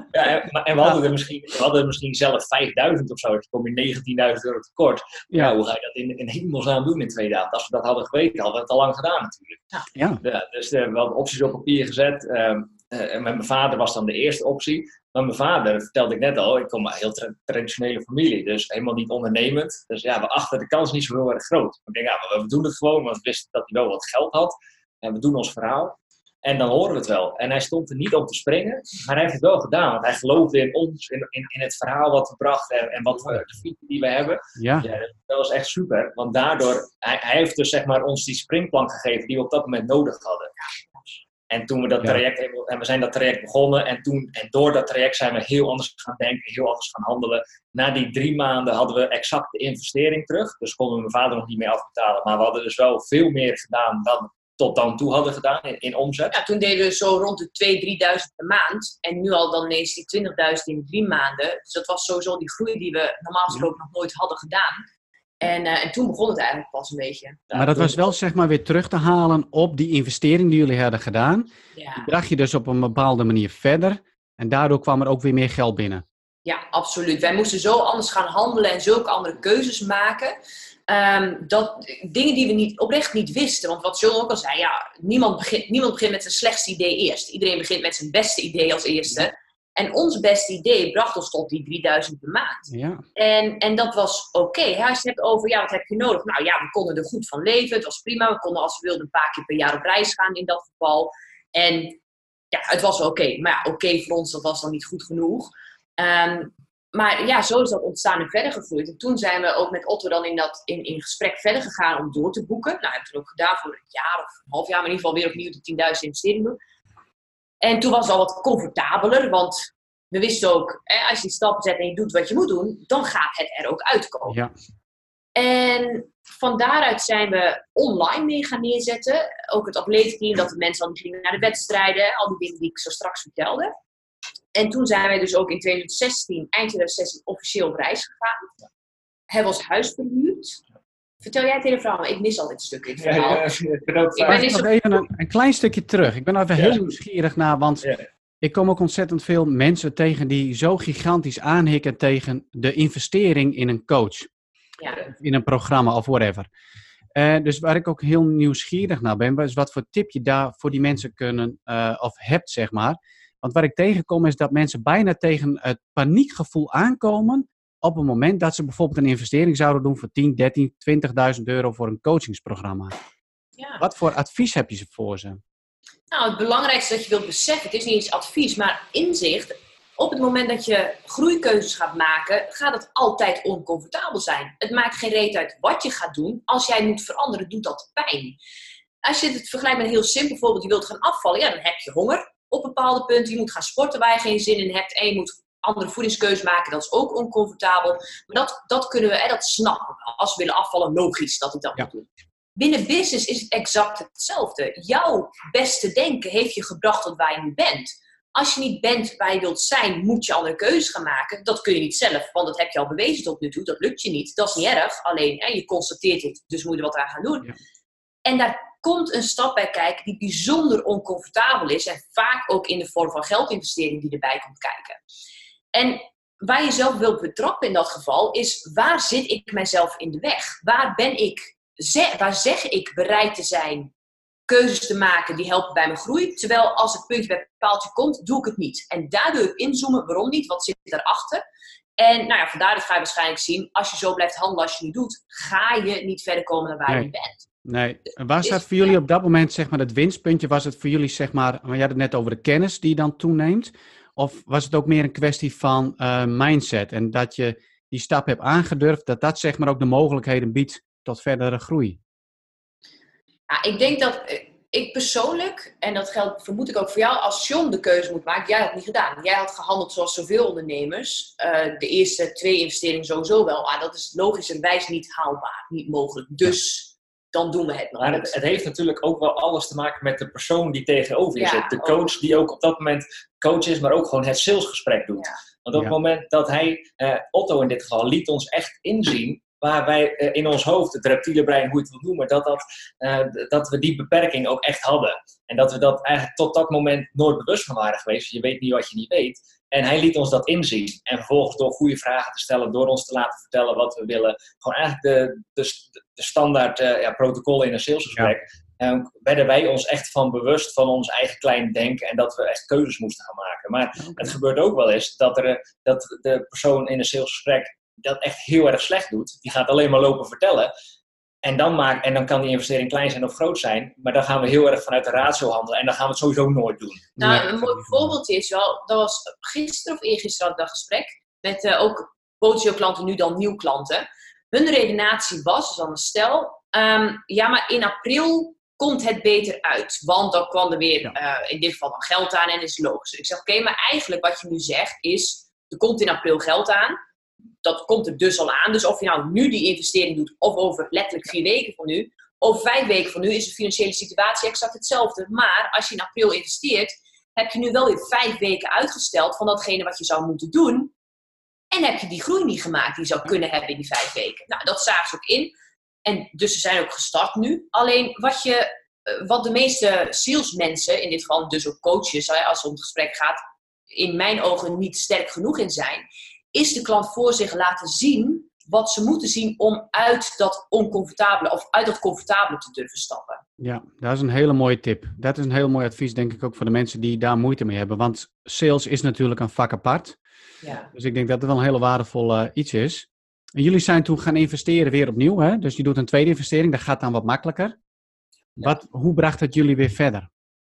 En we hadden er misschien zelf 5.000 of zo. Dus kom je €19.000 tekort. Ja, hoe ga je dat in hemelsnaam doen in 2 dagen? Als we dat hadden geweten, hadden we het al lang gedaan natuurlijk. Dus we hadden opties op papier gezet. En met mijn vader was dan de eerste optie. Maar mijn vader, dat vertelde ik net al, ik kom uit een heel traditionele familie. Dus helemaal niet ondernemend. Dus we achten de kans niet zo heel erg groot. Ik denk, we doen het gewoon, want we wisten dat hij wel wat geld had. En we doen ons verhaal. En dan horen we het wel. En hij stond er niet om te springen, maar hij heeft het wel gedaan. Want hij geloofde in ons, in het verhaal wat we brachten en wat de feature die we hebben. Ja, dat was echt super. Want daardoor, hij heeft dus zeg maar ons die springplank gegeven die we op dat moment nodig hadden. En toen we dat traject, en we zijn dat traject begonnen en door dat traject zijn we heel anders gaan denken, heel anders gaan handelen. Na die 3 maanden hadden we exact de investering terug. Dus konden we mijn vader nog niet meer afbetalen. Maar we hadden dus wel veel meer gedaan dan tot dan toe hadden gedaan in omzet? Ja, toen deden we zo rond de 2.000-3.000 per maand. En nu al dan ineens die 20.000 in 3 maanden. Dus dat was sowieso die groei die we normaal gesproken nog nooit hadden gedaan. En toen begon het eigenlijk pas een beetje. Maar dat was wel zeg maar weer terug te halen op die investering die jullie hadden gedaan. Ja. Die bracht je dus op een bepaalde manier verder. En daardoor kwam er ook weer meer geld binnen. Ja, absoluut. Wij moesten zo anders gaan handelen en zulke andere keuzes maken. Dingen die we oprecht niet wisten. Want wat John ook al zei, niemand begint met zijn slechtste idee eerst. Iedereen begint met zijn beste idee als eerste. Ja. En ons beste idee bracht ons tot die 3.000 per maand. Ja. En dat was oké. Als je het hebt over, wat heb je nodig? Nou ja, we konden er goed van leven. Het was prima. We konden als we wilden een paar keer per jaar op reis gaan in dat geval. En ja, het was oké. Maar ja, oké voor ons, dat was dan niet goed genoeg. Maar ja, zo is dat ontstaan en verder gegroeid. En toen zijn we ook met Otto dan in gesprek verder gegaan om door te boeken. Nou, hebben we toen ook gedaan voor een jaar of een half jaar, maar in ieder geval weer opnieuw de 10.000 investeringen doen. En toen was het al wat comfortabeler, want we wisten ook, als je die stappen zet en je doet wat je moet doen, dan gaat het er ook uitkomen. Ja. En van daaruit zijn we online mee gaan neerzetten. Ook het atletenteam, dat de mensen al gingen naar de wedstrijden, al die dingen die ik zo straks vertelde. En toen zijn wij dus ook in 2016, eind 2016, officieel op reis gegaan. Hebben ons huis verhuurd. Vertel jij het hele verhaal, maar ik mis al dit stuk in het verhaal. Nog even een klein stukje terug. Ik ben even heel nieuwsgierig naar, want ik kom ook ontzettend veel mensen tegen die zo gigantisch aanhikken tegen de investering in een coach. Ja. In een programma of whatever. Dus waar ik ook heel nieuwsgierig naar ben, is wat voor tip je daar voor die mensen kunnen, of hebt, zeg maar. Want waar ik tegenkom is dat mensen bijna tegen het paniekgevoel aankomen op het moment dat ze bijvoorbeeld een investering zouden doen voor 10, 13, 20.000 euro voor een coachingsprogramma. Ja. Wat voor advies heb je ze voor ze? Nou, het belangrijkste dat je wilt beseffen, het is niet eens advies, maar inzicht. Op het moment dat je groeikeuzes gaat maken, gaat het altijd oncomfortabel zijn. Het maakt geen reet uit wat je gaat doen. Als jij moet veranderen, doet dat pijn. Als je het vergelijkt met een heel simpel voorbeeld, je wilt gaan afvallen, dan heb je honger op bepaalde punten. Je moet gaan sporten waar je geen zin in hebt en je moet andere voedingskeuzes maken, dat is ook oncomfortabel. Maar dat kunnen we, dat snappen we. Als we willen afvallen, logisch dat ik dat moet doen. Binnen business is het exact hetzelfde. Jouw beste denken heeft je gebracht tot waar je nu bent. Als je niet bent waar je wilt zijn, moet je andere keuzes gaan maken. Dat kun je niet zelf, want dat heb je al bewezen tot nu toe. Dat lukt je niet. Dat is niet erg. Alleen, je constateert het, dus moet je er wat aan gaan doen. Ja. En daar komt een stap bij kijken die bijzonder oncomfortabel is. En vaak ook in de vorm van geldinvestering die erbij komt kijken. En waar je zelf wilt betrappen in dat geval is, waar zit ik mijzelf in de weg? Waar zeg ik bereid te zijn keuzes te maken die helpen bij mijn groei? Terwijl als het puntje bij het paaltje komt, doe ik het niet. En daar wil ik inzoomen. Waarom niet? Wat zit daarachter? En vandaar dat ga je waarschijnlijk zien, als je zo blijft handelen als je nu doet, ga je niet verder komen naar waar je bent. Nee. Waar staat voor jullie op dat moment zeg maar het winstpuntje? Was het voor jullie zeg maar, je had het net over de kennis die je dan toeneemt. Of was het ook meer een kwestie van mindset en dat je die stap hebt aangedurfd, dat zeg maar ook de mogelijkheden biedt tot verdere groei? Ja, ik denk dat ik persoonlijk, en dat geldt vermoed ik ook voor jou, als John de keuze moet maken, jij had het niet gedaan. Jij had gehandeld zoals zoveel ondernemers. De eerste 2 investeringen sowieso wel, maar dat is logischerwijs niet haalbaar, niet mogelijk. Dus dan doen we het nog. Maar het heeft natuurlijk ook wel alles te maken met de persoon die tegenover je zit. De coach die ook op dat moment coach is, maar ook gewoon het salesgesprek doet. Ja. Want op het moment dat hij, Otto in dit geval, liet ons echt inzien waar wij in ons hoofd, het reptiele brein, hoe je het wil noemen, dat we die beperking ook echt hadden. En dat we dat eigenlijk tot dat moment nooit bewust van waren geweest. Je weet niet wat je niet weet. En hij liet ons dat inzien. En vervolgens door goede vragen te stellen, door ons te laten vertellen wat we willen. Gewoon eigenlijk de standaard protocollen in een salesgesprek. Werden wij ons echt van bewust van ons eigen klein denken en dat we echt keuzes moesten gaan maken. Maar het gebeurt ook wel eens dat de persoon in een salesgesprek dat echt heel erg slecht doet. Die gaat alleen maar lopen vertellen. En dan kan die investering klein zijn of groot zijn. Maar dan gaan we heel erg vanuit de ratio handelen. En dan gaan we het sowieso nooit doen. Nou, een mooi voorbeeldje is wel, dat was gisteren of eergisteren had ik een gesprek met ook potentieel klanten, nu dan nieuw klanten. Hun redenatie was, dus dan een stel, maar in april komt het beter uit. Want dan kwam er weer in dit geval dan geld aan en is logisch. Ik zeg, oké, maar eigenlijk wat je nu zegt is, er komt in april geld aan. Dat komt er dus al aan. Dus of je nou nu die investering doet of over letterlijk 4 weken van nu, over 5 weken van nu is de financiële situatie exact hetzelfde. Maar als je in april investeert, heb je nu wel weer 5 weken uitgesteld van datgene wat je zou moeten doen. En heb je die groei niet gemaakt die je zou kunnen hebben in die 5 weken. Nou, dat zagen ze ook in. En dus ze zijn ook gestart nu. Alleen wat de meeste salesmensen, in dit geval dus ook coaches, als het om het gesprek gaat, in mijn ogen niet sterk genoeg in zijn, is de klant voor zich laten zien wat ze moeten zien om uit dat oncomfortabele of uit dat comfortabele te durven stappen. Ja, dat is een hele mooie tip. Dat is een heel mooi advies, denk ik, ook voor de mensen die daar moeite mee hebben. Want sales is natuurlijk een vak apart. Ja. Dus ik denk dat het wel een hele waardevol iets is. En jullie zijn toen gaan investeren weer opnieuw, hè? Dus je doet een tweede investering, dat gaat dan wat makkelijker. Ja. Hoe bracht het jullie weer verder?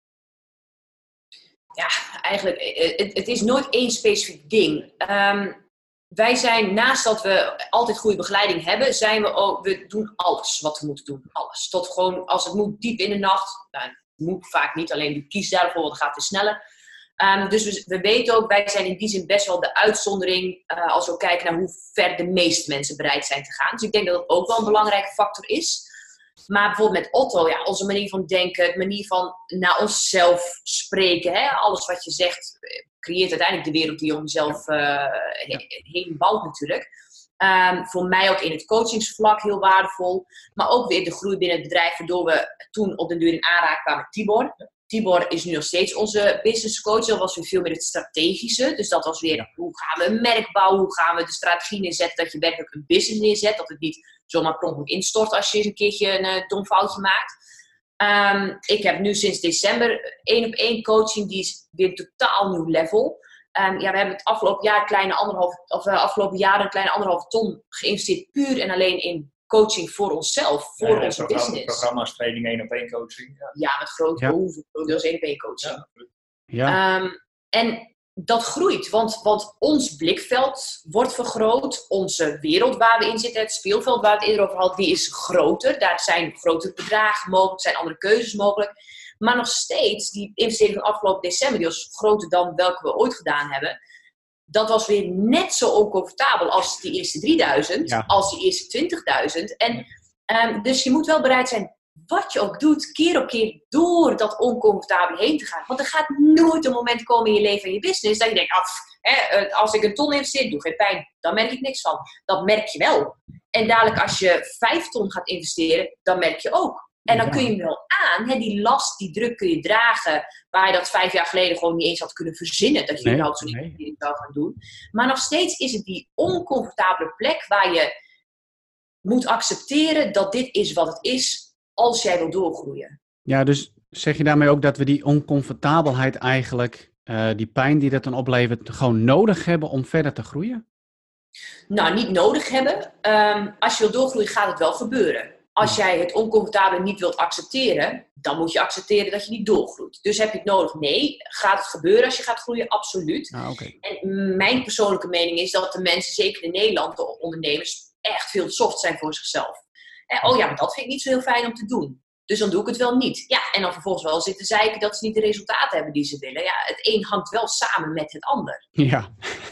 Ja, eigenlijk, het is nooit één specifiek ding. Wij zijn, naast dat we altijd goede begeleiding hebben, we doen alles wat we moeten doen. Alles. Tot gewoon, als het moet, diep in de nacht. Nou, het moet vaak niet, alleen je kiest daarvoor, want het gaat te sneller. Dus we weten ook, wij zijn in die zin best wel de uitzondering als we kijken naar hoe ver de meeste mensen bereid zijn te gaan. Dus ik denk dat dat ook wel een belangrijke factor is. Maar bijvoorbeeld met Otto, ja, onze manier van denken, de manier van naar onszelf spreken, hè, alles wat je zegt, creëert uiteindelijk de wereld die je om jezelf heen bouwt natuurlijk. Voor mij ook in het coachingsvlak heel waardevol. Maar ook weer de groei binnen het bedrijf, waardoor we toen op den duur in aanraking kwamen met Tibor. Tibor is nu nog steeds onze business coach. Dat was weer veel meer het strategische. Dus dat was weer, hoe gaan we een merk bouwen? Hoe gaan we de strategie neerzetten dat je werkelijk een business neerzet? Dat het niet zomaar prompt instort als je eens een keertje een dom foutje maakt. Ik heb nu sinds december 1-op-1 coaching. Die is weer een totaal nieuw level. We hebben het afgelopen jaren een kleine 1,5 ton geïnvesteerd. Puur en alleen in coaching voor onszelf, voor onze business. Programma's, training, 1-op-1 coaching. Ja, met grote behoeften, deels 1-op-1 coaching. Ja. En dat groeit, want ons blikveld wordt vergroot. Onze wereld waar we in zitten, het speelveld waar we het eerder over hadden, die is groter. Daar zijn grotere bedragen mogelijk, zijn andere keuzes mogelijk. Maar nog steeds, die investering van afgelopen december, die was groter dan welke we ooit gedaan hebben. Dat was weer net zo oncomfortabel als die eerste 3.000, als die eerste 20.000. En dus je moet wel bereid zijn, wat je ook doet, keer op keer door dat oncomfortabele heen te gaan. Want er gaat nooit een moment komen in je leven en je business dat je denkt, als ik een ton investeer, doe geen pijn. Dan merk ik niks van. Dat merk je wel. En dadelijk als je 5 ton gaat investeren, dan merk je ook. En dan kun je hem wel aan, die last, die druk kun je dragen, waar je dat 5 jaar geleden gewoon niet eens had kunnen verzinnen, dat je überhaupt zo'n investering zou gaan doen. Maar nog steeds is het die oncomfortabele plek waar je moet accepteren dat dit is wat het is, als jij wil doorgroeien. Ja, dus zeg je daarmee ook dat we die oncomfortabelheid eigenlijk, die pijn die dat dan oplevert, gewoon nodig hebben om verder te groeien? Nou, niet nodig hebben. Als je wil doorgroeien, gaat het wel gebeuren. Als jij het oncomfortabele niet wilt accepteren, dan moet je accepteren dat je niet doorgroeit. Dus heb je het nodig? Nee. Gaat het gebeuren als je gaat groeien? Absoluut. Okay. En mijn persoonlijke mening is dat de mensen, zeker in Nederland, de ondernemers, echt veel soft zijn voor zichzelf. Maar dat vind ik niet zo heel fijn om te doen. Dus dan doe ik het wel niet. Ja, en dan vervolgens wel zitten zeiken dat ze niet de resultaten hebben die ze willen. Ja, het een hangt wel samen met het ander. Ja.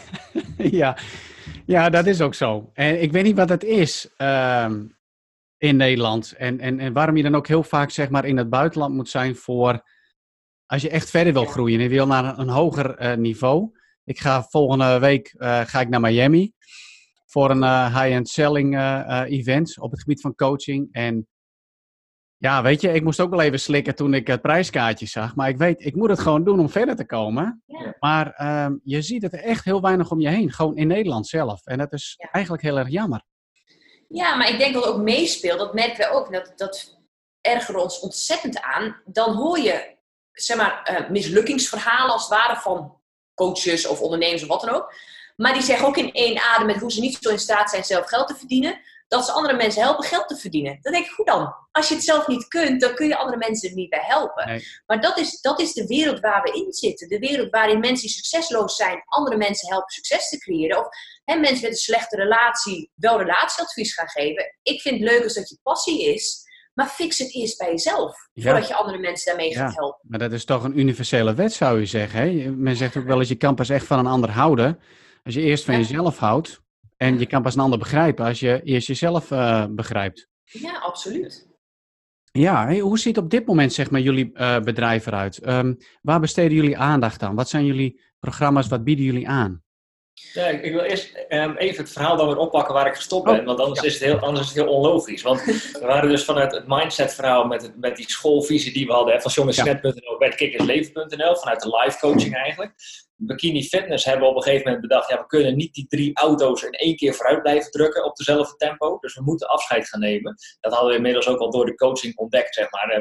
Ja, dat is ook zo. En ik weet niet wat het is in Nederland. En waarom je dan ook heel vaak zeg maar in het buitenland moet zijn voor, als je echt verder wil groeien en je wil naar een hoger niveau. Ik ga volgende week naar Miami voor een high-end selling event op het gebied van coaching. En ja, weet je, ik moest ook wel even slikken toen ik het prijskaartje zag. Maar ik weet, ik moet het gewoon doen om verder te komen. Ja. Maar je ziet het echt heel weinig om je heen. Gewoon in Nederland zelf. En dat is eigenlijk heel erg jammer. Ja, maar ik denk dat het ook meespeelt. Dat merken we ook. Dat ergert ons ontzettend aan. Dan hoor je, zeg maar, mislukkingsverhalen als het ware van coaches of ondernemers of wat dan ook. Maar die zeggen ook in één adem met hoe ze niet zo in staat zijn zelf geld te verdienen, dat ze andere mensen helpen geld te verdienen. Dan denk ik, goed dan. Als je het zelf niet kunt, dan kun je andere mensen er niet bij helpen. Nee. Maar dat is de wereld waar we in zitten. De wereld waarin mensen die succesloos zijn, andere mensen helpen succes te creëren. Of mensen met een slechte relatie wel relatieadvies gaan geven. Ik vind het leuk als dat je passie is, maar fix het eerst bij jezelf. Voordat je andere mensen daarmee gaat helpen. Maar dat is toch een universele wet, zou je zeggen. Hè? Men zegt ook wel eens, je kan pas echt van een ander houden als je eerst van jezelf houdt. En je kan pas een ander begrijpen als je eerst jezelf begrijpt. Ja, absoluut. Ja, hey, hoe ziet op dit moment zeg maar jullie bedrijf eruit? Waar besteden jullie aandacht aan? Wat zijn jullie programma's? Wat bieden jullie aan? Ja, ik wil eerst even het verhaal dan weer oppakken waar ik gestopt ben, want anders is het heel onlogisch. Want we waren dus vanuit het mindset verhaal met die schoolvisie die we hadden, van jongensinet.nl bij kickersleven.nl, vanuit de live coaching eigenlijk. Bikini Fitness hebben we op een gegeven moment bedacht, we kunnen niet die 3 auto's in één keer vooruit blijven drukken op dezelfde tempo. Dus we moeten afscheid gaan nemen. Dat hadden we inmiddels ook al door de coaching ontdekt, zeg maar.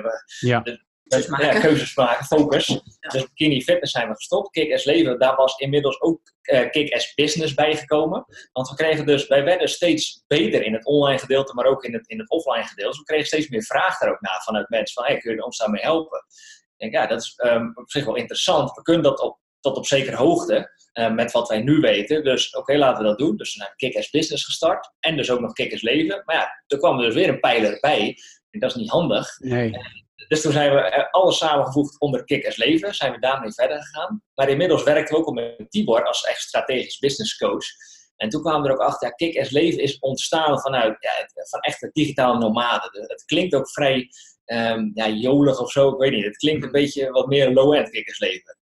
Keuzes maken, focus. Ja. Dus Bikini Fitness zijn we gestopt. Kick-Ass Leven, daar was inmiddels ook Kick-Ass Business bijgekomen. Want wij werden steeds beter in het online gedeelte, maar ook in het offline gedeelte. Dus we kregen steeds meer vragen daar ook naar vanuit mensen van, kun je ons daarmee helpen? Ik denk, dat is op zich wel interessant. We kunnen dat tot op zekere hoogte, met wat wij nu weten. Dus laten we dat doen. Dus we zijn Kick-Ass Business gestart. En dus ook nog Kick-Ass Leven. Maar er kwam dus weer een pijler bij. En dat is niet handig. Nee. Dus toen zijn we alles samengevoegd onder Kick-Ass Leven. Zijn we daarmee verder gegaan. Maar inmiddels werkten we ook al met Tibor als echt strategisch business coach. En toen kwamen we er ook achter, Kick-Ass Leven is ontstaan van echte digitale nomaden. Het klinkt ook vrij jolig of zo, ik weet niet. Het klinkt een beetje wat meer low-end Kick-Ass Leven.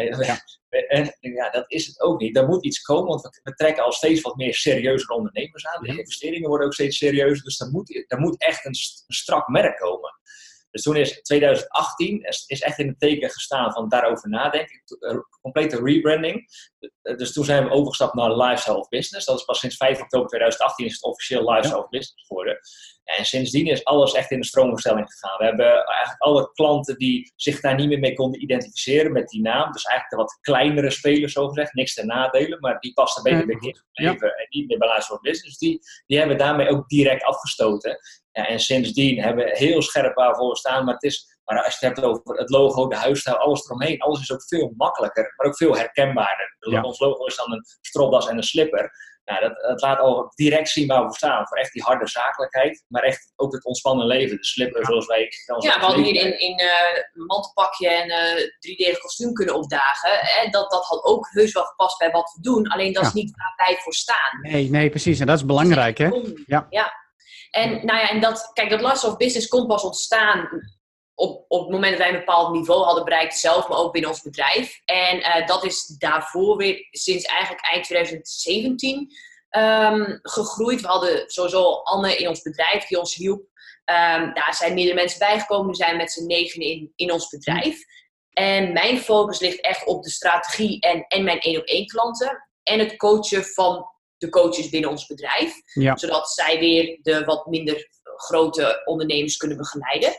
En dat is het ook niet. Er moet iets komen, want we trekken al steeds wat meer serieuze ondernemers aan. De investeringen worden ook steeds serieuzer, dus er moet echt een strak merk komen. Dus toen is 2018 is echt in het teken gestaan van daarover nadenken. Complete rebranding. Dus toen zijn we overgestapt naar Lifestyle of Business. Dat is pas sinds 5 oktober 2018 is het officieel Lifestyle of Business geworden. En sindsdien is alles echt in de stroomversnelling gegaan. We hebben eigenlijk alle klanten die zich daar niet meer mee konden identificeren met die naam. Dus eigenlijk de wat kleinere spelers, zogezegd. Niks ten nadelen, maar die passen beter bij Kick-Ass Leven en niet meer bij Lifestyle of Business. Dus die hebben we daarmee ook direct afgestoten. Ja, en sindsdien hebben we heel scherp waarvoor we staan. Maar als je het hebt over het logo, de huisstijl, alles eromheen. Alles is ook veel makkelijker, maar ook veel herkenbaarder. Ons logo is dan een stropdas en een slipper. Dat laat al direct zien waar we staan. Voor echt die harde zakelijkheid, maar echt ook het ontspannen leven. De slipper zoals wij... we hadden hier in mantelpakje en 3D kostuum kunnen opdagen. Dat had ook heus wel gepast bij wat we doen. Alleen dat is niet waar wij voor staan. Nee, precies. En dat is belangrijk, hè? Ja. En dat Lifestyle of Business kon pas ontstaan op het moment dat wij een bepaald niveau hadden bereikt zelf, maar ook binnen ons bedrijf. En dat is daarvoor weer sinds eigenlijk eind 2017 gegroeid. We hadden sowieso Anne in ons bedrijf die ons hielp. Daar zijn meerdere mensen bijgekomen. Nu zijn we met z'n 9 in ons bedrijf. En mijn focus ligt echt op de strategie en mijn 1-op-1 klanten. En het coachen van de coaches binnen ons bedrijf. Ja. Zodat zij weer de wat minder grote ondernemers kunnen begeleiden.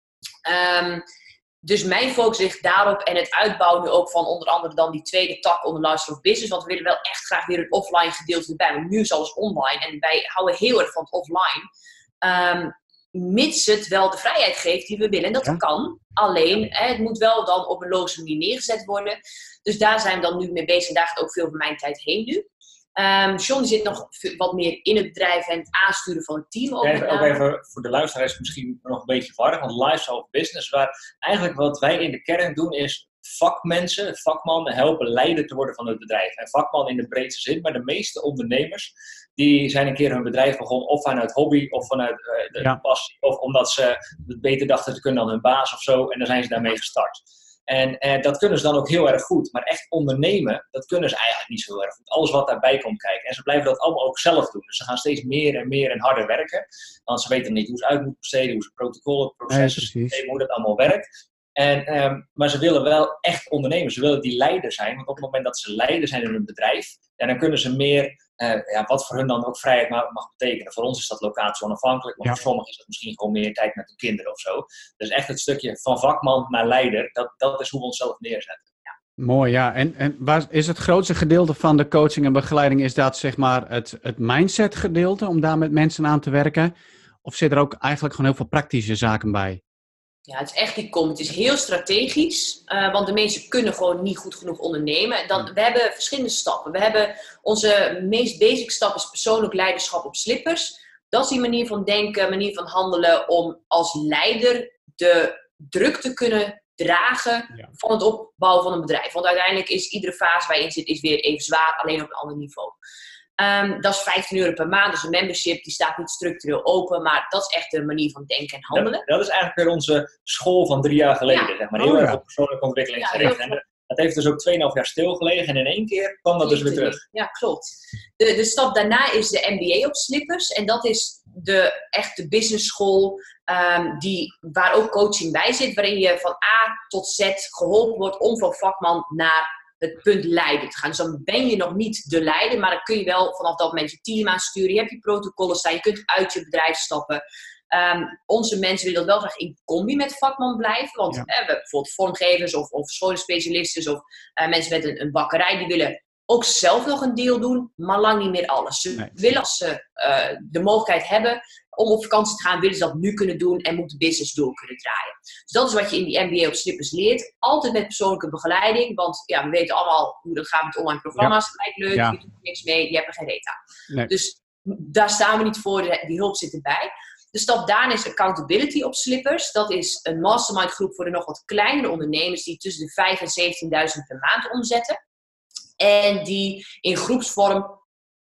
Dus mijn focus ligt daarop en het uitbouwen nu ook van onder andere dan die tweede tak onder Lifestyle of Business. Want we willen wel echt graag weer een offline gedeelte erbij. Want nu is alles online en wij houden heel erg van het offline. Mits het wel de vrijheid geeft die we willen. En dat kan. Alleen, het moet wel dan op een logische manier neergezet worden. Dus daar zijn we dan nu mee bezig. En daar gaat ook veel van mijn tijd heen nu. John die zit nog wat meer in het bedrijf en het aansturen van het team. Ook even voor de luisteraars misschien nog een beetje verwarring. Want Lifestyle of Business, waar eigenlijk wat wij in de kern doen is vakmensen, vakmannen helpen leider te worden van het bedrijf. En vakman in de breedste zin, maar de meeste ondernemers die zijn een keer hun bedrijf begonnen of vanuit hobby of vanuit de passie. Of omdat ze het beter dachten te kunnen dan hun baas of zo. En dan zijn ze daarmee gestart. En dat kunnen ze dan ook heel erg goed. Maar echt ondernemen, dat kunnen ze eigenlijk niet zo heel erg goed. Alles wat daarbij komt kijken. En ze blijven dat allemaal ook zelf doen. Dus ze gaan steeds meer en meer en harder werken. Want ze weten niet hoe ze uit moeten besteden, hoe ze protocollen, processen, hoe dat allemaal werkt. Maar ze willen wel echt ondernemen. Ze willen die leider zijn. Want op het moment dat ze leider zijn in hun bedrijf, dan kunnen ze meer, wat voor hun dan ook vrijheid mag betekenen. Voor ons is dat locatie onafhankelijk, maar voor sommigen is dat misschien gewoon meer tijd met hun kinderen of zo. Dus echt het stukje van vakman naar leider, dat is hoe we onszelf neerzetten. Ja. Mooi, ja. En waar is het grootste gedeelte van de coaching en begeleiding, is dat zeg maar het mindset gedeelte, om daar met mensen aan te werken? Of zit er ook eigenlijk gewoon heel veel praktische zaken bij? Ja, het is echt die kom. Het is heel strategisch, want de mensen kunnen gewoon niet goed genoeg ondernemen. We hebben verschillende stappen. We hebben onze meest basic stap is persoonlijk leiderschap op slippers. Dat is die manier van denken, manier van handelen om als leider de druk te kunnen dragen van het opbouwen van een bedrijf. Want uiteindelijk is iedere fase waar je in zit is weer even zwaar, alleen op een ander niveau. Dat is €15 per maand, dus een membership die staat niet structureel open, maar dat is echt de manier van denken en handelen. Dat is eigenlijk weer onze school van 3 jaar geleden, zeg maar. Heel erg op persoonlijke ontwikkeling gericht. En dat heeft dus ook 2,5 jaar stilgelegen en in 1 keer kwam dat dus weer terug. Ja, klopt. De stap daarna is de MBA op Slippers en dat is de echte business school waar ook coaching bij zit, waarin je van A tot Z geholpen wordt om van vakman naar het punt leiden te gaan. Dus dan ben je nog niet de leider, maar dan kun je wel vanaf dat moment je team aansturen. Je hebt je protocollen staan, je kunt uit je bedrijf stappen. Onze mensen willen dat wel graag in combi met vakman blijven. Want we hebben bijvoorbeeld vormgevers of scholenspecialisten of mensen met een bakkerij, die willen ook zelf nog een deel doen, maar lang niet meer alles. Ze willen, als ze de mogelijkheid hebben om op vakantie te gaan, willen ze dat nu kunnen doen en moeten business door kunnen draaien. Dus dat is wat je in die MBA op Slippers leert. Altijd met persoonlijke begeleiding, want we weten allemaal hoe dat gaat met online programma's. Het lijkt leuk, je doet er niks mee, je hebt er geen reet aan. Nee. Dus daar staan we niet voor, die hulp zit erbij. De stap daarna is accountability op Slippers. Dat is een mastermind groep voor de nog wat kleinere ondernemers die tussen de 5.000 en 17.000 per maand omzetten. En die in groepsvorm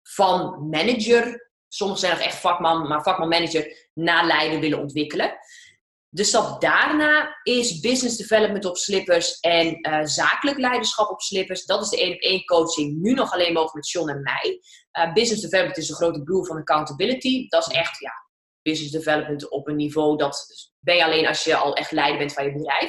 van manager, sommigen zijn nog echt vakman, maar vakman-manager, naar leider willen ontwikkelen. De stap daarna is business development op Slippers en zakelijk leiderschap op Slippers. Dat is de 1-op-1 coaching, nu nog alleen mogelijk met John en mij. Business development is de grote broer van accountability. Dat is echt business development op een niveau, dat ben je alleen als je al echt leider bent van je bedrijf.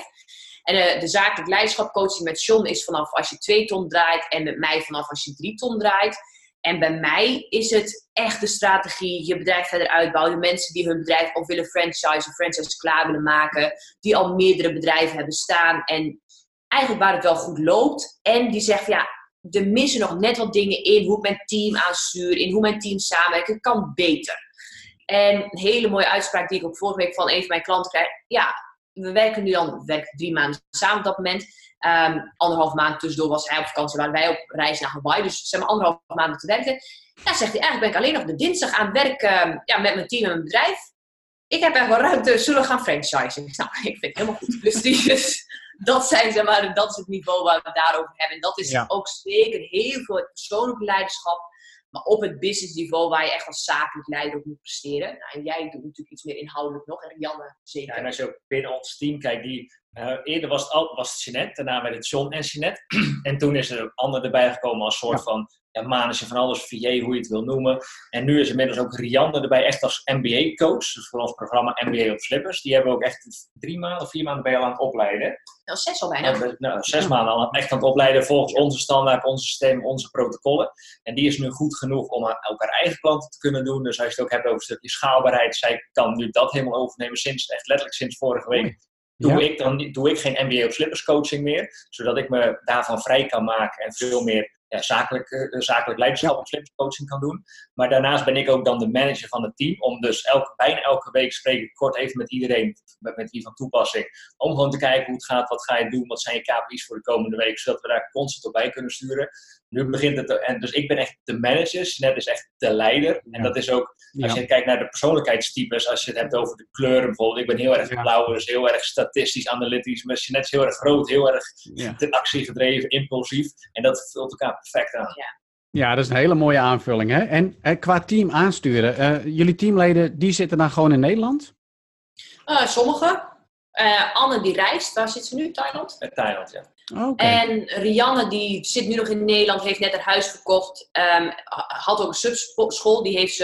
En de zakelijk leiderschap coaching met John is vanaf als je 2 ton draait en met mij vanaf als je 3 ton draait. En bij mij is het echt de strategie, je bedrijf verder uitbouwen. De mensen die hun bedrijf al willen franchise klaar willen maken. Die al meerdere bedrijven hebben staan. En eigenlijk waar het wel goed loopt. En die zeggen er missen nog net wat dingen in. Hoe ik mijn team aanstuur, in hoe mijn team samenwerkt. Het kan beter. En een hele mooie uitspraak die ik ook vorige week van een van mijn klanten krijg. We werken nu dan 3 maanden samen op dat moment. 1,5 maand tussendoor was hij op vakantie, waren wij op reis naar Hawaii. Dus zeg maar 1,5 maand te werken. Zegt hij, eigenlijk ben ik alleen nog de dinsdag aan het werk met mijn team en mijn bedrijf. Ik heb echt wel ruimte, zullen we gaan franchisen? Nou, ik vind het helemaal goed. Dus dat zijn, dat is het niveau waar we het daarover hebben. En dat is ook zeker heel veel het persoonlijke leiderschap. Maar op het businessniveau waar je echt als zakelijk leider op moet presteren. Nou, en jij doet natuurlijk iets meer inhoudelijk nog. En Janne zeker. Ja, en als je ook binnen ons team kijkt. Eerder was het Jeanette. Daarna werd het John en Jeanette. En toen is er een ander erbij gekomen als soort van manager van alles. VA, hoe je het wil noemen. En nu is inmiddels ook Rianne erbij. Echt als MBA-coach. Dus voor ons programma MBA op Slippers. Die hebben we ook echt 3 maanden of 4 maanden bij al aan het opleiden. 6 al bijna. 6 maanden al echt aan het opleiden volgens onze standaard, onze systeem, onze protocollen. En die is nu goed genoeg om ook haar eigen klanten te kunnen doen. Dus als je het ook hebt over een stukje schaalbaarheid, zij kan nu dat helemaal overnemen. Letterlijk sinds vorige week doe ik geen MBA op Slippers coaching meer. Zodat ik me daarvan vrij kan maken en veel meer zakelijk leiderschap op Slippers coaching kan doen. Maar daarnaast ben ik ook dan de manager van het team. Om dus bijna elke week spreek ik kort even met iedereen, met wie van toepassing. Om gewoon te kijken hoe het gaat, wat ga je doen, wat zijn je KPI's voor de komende week. Zodat we daar constant op bij kunnen sturen. Nu begint het, en dus ik ben echt de manager, Jeanette is echt de leider. En dat is ook, als je kijkt naar de persoonlijkheidstypes, als je het hebt over de kleuren bijvoorbeeld. Ik ben heel erg blauw, dus heel erg statistisch, analytisch. Maar Jeanette is heel erg groot, heel erg de actie gedreven, impulsief. En dat vult elkaar perfect aan. Ja, dat is een hele mooie aanvulling. Hè? En qua team aansturen, jullie teamleden, die zitten dan gewoon in Nederland? Sommigen. Anne die reist, waar zit ze nu? Thailand? Thailand, ja. Okay. En Rianne die zit nu nog in Nederland, heeft net haar huis verkocht. Had ook een subschool, die heeft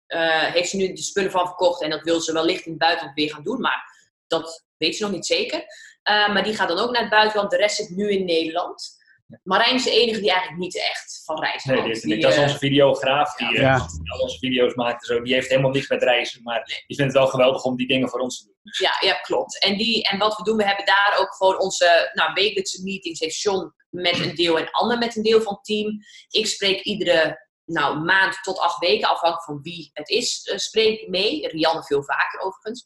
ze nu de spullen van verkocht. En dat wil ze wellicht in het buitenland weer gaan doen, maar dat weet ze nog niet zeker. Maar die gaat dan ook naar het buitenland, de rest zit nu in Nederland. Marijn is de enige die eigenlijk niet echt van reizen houdt. Nee, dat is onze videograaf die al onze video's maakt. Zo. Die heeft helemaal niks met reizen, maar die vindt het wel geweldig om die dingen voor ons te doen. Dus. Ja, klopt. En wat we doen, we hebben daar ook gewoon onze wekelijkse meetings. Heeft John met een deel en Anne met een deel van het team. Ik spreek iedere maand tot 8 weken, afhankelijk van wie het is, spreek ik mee. Rianne veel vaker overigens.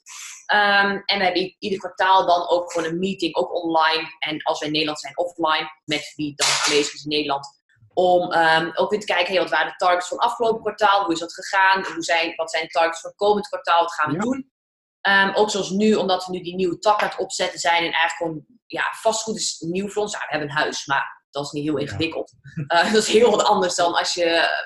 En we hebben ieder kwartaal dan ook gewoon een meeting, ook online. En als wij in Nederland zijn, offline, met wie dan aanwezig is in Nederland. Om ook weer te kijken, wat waren de targets van het afgelopen kwartaal? Hoe is dat gegaan? Wat zijn de targets voor het komend kwartaal? Wat gaan we doen? Ook zoals nu, omdat we nu die nieuwe tak aan het opzetten zijn. En eigenlijk gewoon, vastgoed is nieuw voor ons. We hebben een huis, maar dat is niet heel ingewikkeld. Dat is heel wat anders dan als je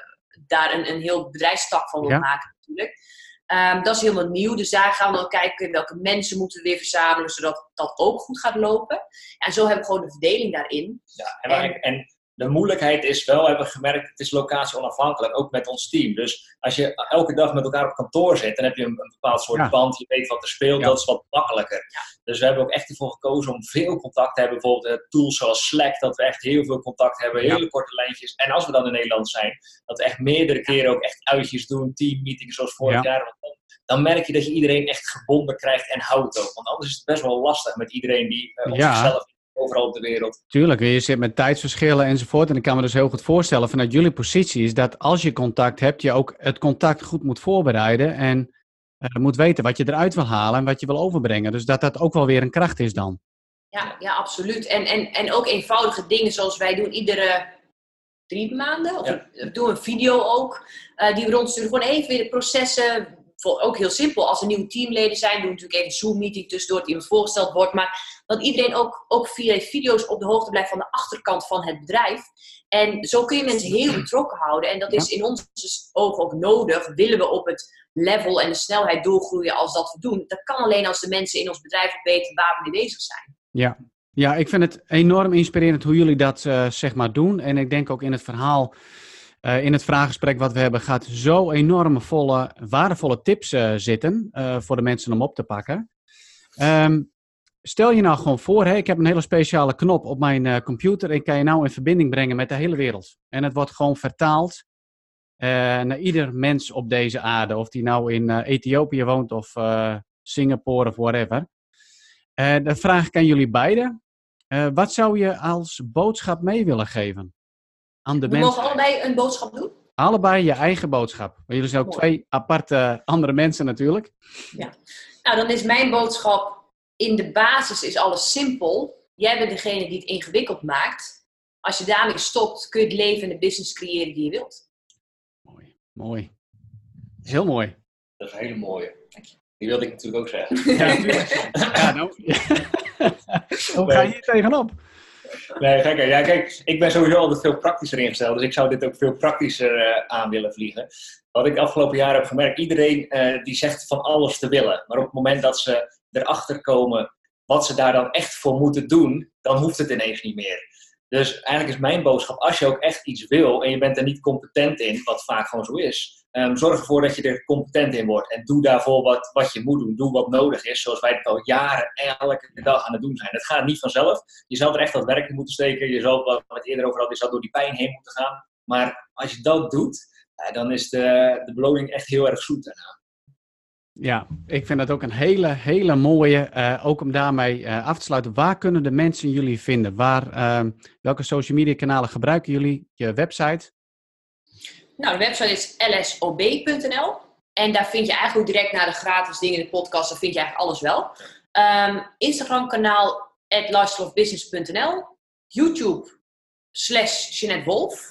daar een heel bedrijfstak van wil Ja. maken natuurlijk. Dat is helemaal nieuw, dus daar gaan we dan kijken welke mensen moeten we weer verzamelen, zodat dat ook goed gaat lopen. En zo hebben we gewoon de verdeling daarin. Ja, en de moeilijkheid is wel, hebben we gemerkt, het is locatie onafhankelijk, ook met ons team. Dus als je elke dag met elkaar op kantoor zit, dan heb je een bepaald soort band, je weet wat er speelt, dat is wat makkelijker. Ja. Dus we hebben ook echt ervoor gekozen om veel contact te hebben, bijvoorbeeld tools zoals Slack, dat we echt heel veel contact hebben, hele korte lijntjes. En als we dan in Nederland zijn, dat we echt meerdere keren ook echt uitjes doen, teammeetings zoals vorig jaar. Want dan merk je dat je iedereen echt gebonden krijgt en houdt ook. Want anders is het best wel lastig met iedereen die op zichzelf overal op de wereld. Tuurlijk, je zit met tijdsverschillen enzovoort. En ik kan me dus heel goed voorstellen vanuit jullie positie is dat als je contact hebt, je ook het contact goed moet voorbereiden en moet weten wat je eruit wil halen en wat je wil overbrengen. Dus dat ook wel weer een kracht is dan. Ja, absoluut. En ook eenvoudige dingen zoals wij doen iedere 3 maanden. Of we doen een video ook, die we rondsturen. Gewoon even weer de processen. Ook heel simpel, als er nieuwe teamleden zijn, doen we natuurlijk even een Zoom-meeting tussendoor dat iemand voorgesteld wordt. Maar dat iedereen ook via video's op de hoogte blijft van de achterkant van het bedrijf. En zo kun je mensen heel betrokken houden. En dat is in onze ogen ook nodig. Willen we op het level en de snelheid doorgroeien als dat we doen? Dat kan alleen als de mensen in ons bedrijf ook weten waar we mee bezig zijn. Ja, ik vind het enorm inspirerend hoe jullie dat zeg maar doen. En ik denk ook in het verhaal, in het vraaggesprek wat we hebben, gaat zo enorme waardevolle tips zitten voor de mensen om op te pakken. Stel je nou gewoon voor, ik heb een hele speciale knop op mijn computer. Ik kan je nou in verbinding brengen met de hele wereld. En het wordt gewoon vertaald naar ieder mens op deze aarde. Of die nou in Ethiopië woont of Singapore of whatever. Dan vraag ik aan jullie beiden. Wat zou je als boodschap mee willen geven aan de mensen? We mogen allebei een boodschap doen? Allebei je eigen boodschap. Want jullie zijn ook 2 aparte andere mensen natuurlijk. Ja. Nou, dan is mijn boodschap, in de basis is alles simpel. Jij bent degene die het ingewikkeld maakt. Als je daarmee stopt, kun je het leven en de business creëren die je wilt. Mooi. Heel mooi. Dat is een hele mooie. Die wilde ik natuurlijk ook zeggen. Ja, natuurlijk. Ja, nou. Hoe ga je hier tegenop? Nee, gekker. Ja, kijk, ik ben sowieso altijd veel praktischer ingesteld. Dus ik zou dit ook veel praktischer aan willen vliegen. Wat ik afgelopen jaar heb gemerkt, iedereen die zegt van alles te willen. Maar op het moment dat ze erachter komen wat ze daar dan echt voor moeten doen, dan hoeft het ineens niet meer. Dus eigenlijk is mijn boodschap, als je ook echt iets wil en je bent er niet competent in, wat vaak gewoon zo is, zorg ervoor dat je er competent in wordt. En doe daarvoor wat je moet doen. Doe wat nodig is, zoals wij het al jaren elke dag aan het doen zijn. Het gaat niet vanzelf. Je zal er echt wat werk in moeten steken. Je zal, wat we het eerder over hadden, je zal door die pijn heen moeten gaan. Maar als je dat doet, dan is de beloning echt heel erg zoet daarna. Ja, ik vind dat ook een hele mooie, ook om daarmee af te sluiten. Waar kunnen de mensen jullie vinden? Welke social media kanalen gebruiken jullie? Je website? Nou, de website is lsob.nl. En daar vind je eigenlijk ook direct naar de gratis dingen in de podcast. Daar vind je eigenlijk alles wel. Instagram kanaal @lifestyleofbusiness.nl. YouTube /Jeanette Wolf.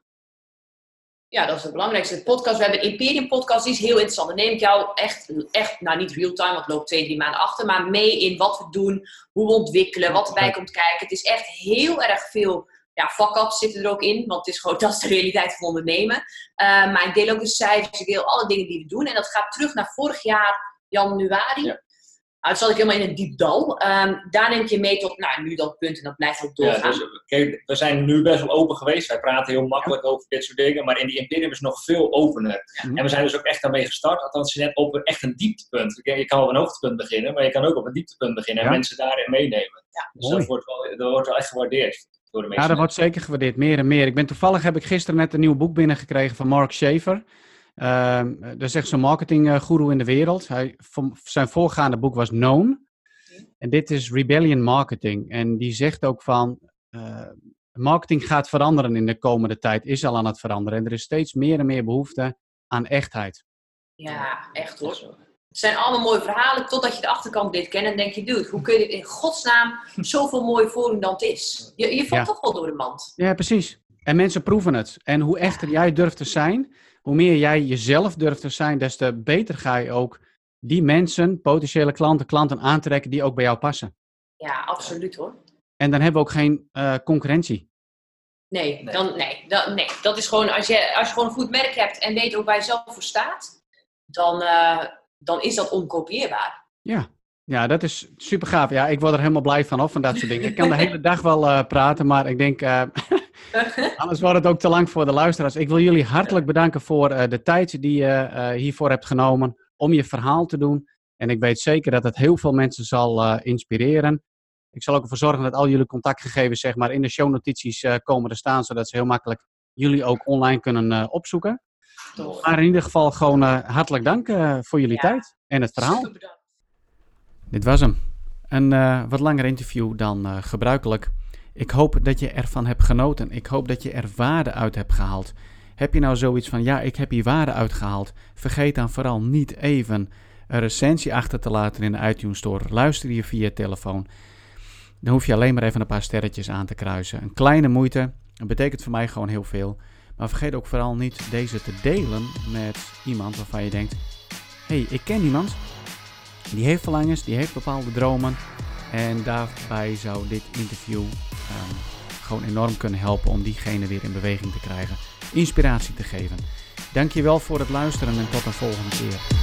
Ja, dat is het belangrijkste. De podcast, we hebben een Imperium podcast, die is heel interessant. Dan neem ik jou echt, nou niet real-time, want het loopt 2-3 maanden achter, maar mee in wat we doen, hoe we ontwikkelen, wat erbij komt kijken. Het is echt heel erg veel, fuck-ups zitten er ook in, want het is gewoon, dat is de realiteit van ondernemen. Maar ik deel ook de cijfers, ik deel alle dingen die we doen. En dat gaat terug naar vorig jaar, januari. Ja. Nou, toen zat ik helemaal in een diep dal. Daar neem ik je mee tot nu dat punt en dat blijft ook doorgaan. Ja, dus, kijk, we zijn nu best wel open geweest. Wij praten heel makkelijk over dit soort dingen. Maar in die Imperium is nog veel opener. Ja. En we zijn dus ook echt daarmee gestart. Althans, net op echt een dieptepunt. Je kan op een hoogtepunt beginnen, maar je kan ook op een dieptepunt beginnen. En mensen daarin meenemen. Ja. Dus dat wordt wel echt gewaardeerd door de mensen. Ja, dat wordt zeker gewaardeerd. Meer en meer. Toevallig heb ik gisteren net een nieuw boek binnengekregen van Mark Schaefer. Dat is echt zo'n marketinggoeroe in de wereld. Zijn voorgaande boek was Known. En dit is Rebellion Marketing. En die zegt ook van, marketing gaat veranderen in de komende tijd. Is al aan het veranderen. En er is steeds meer en meer behoefte aan echtheid. Ja, echt hoor. Het zijn allemaal mooie verhalen, totdat je de achterkant dit kent en denk je, dude, hoe kun je dit in godsnaam zoveel mooie voordoen dan het is? Je valt toch wel door de mand. Ja, precies. En mensen proeven het. En hoe echter jij durft te zijn, hoe meer jij jezelf durft te zijn, des te beter ga je ook die mensen, potentiële klanten aantrekken die ook bij jou passen. Ja, absoluut hoor. En dan hebben we ook geen concurrentie. Nee. Dat is gewoon, als je gewoon een goed merk hebt en weet ook waar je zelf voor staat, dan is dat onkopieerbaar. Ja, dat is super gaaf. Ja, ik word er helemaal blij van dat soort dingen. Ik kan de hele dag wel praten, maar ik denk, anders wordt het ook te lang voor de luisteraars. Ik wil jullie hartelijk bedanken voor de tijd die je hiervoor hebt genomen om je verhaal te doen. En ik weet zeker dat het heel veel mensen zal inspireren. Ik zal ook ervoor zorgen dat al jullie contactgegevens zeg maar, in de shownotities komen te staan, zodat ze heel makkelijk jullie ook online kunnen opzoeken. Tof. Maar in ieder geval gewoon hartelijk dank voor jullie tijd en het verhaal. Super bedankt. Dit was hem. Een wat langer interview dan gebruikelijk. Ik hoop dat je ervan hebt genoten. Ik hoop dat je er waarde uit hebt gehaald. Heb je nou zoiets van, ja, ik heb hier waarde uitgehaald. Vergeet dan vooral niet even een recensie achter te laten in de iTunes Store. Luister je via telefoon. Dan hoef je alleen maar even een paar sterretjes aan te kruisen. Een kleine moeite. Dat betekent voor mij gewoon heel veel. Maar vergeet ook vooral niet deze te delen met iemand waarvan je denkt, hey, ik ken iemand. Die heeft verlangens, die heeft bepaalde dromen. En daarbij zou dit interview gewoon enorm kunnen helpen om diegene weer in beweging te krijgen. Inspiratie te geven. Dankjewel voor het luisteren en tot een volgende keer.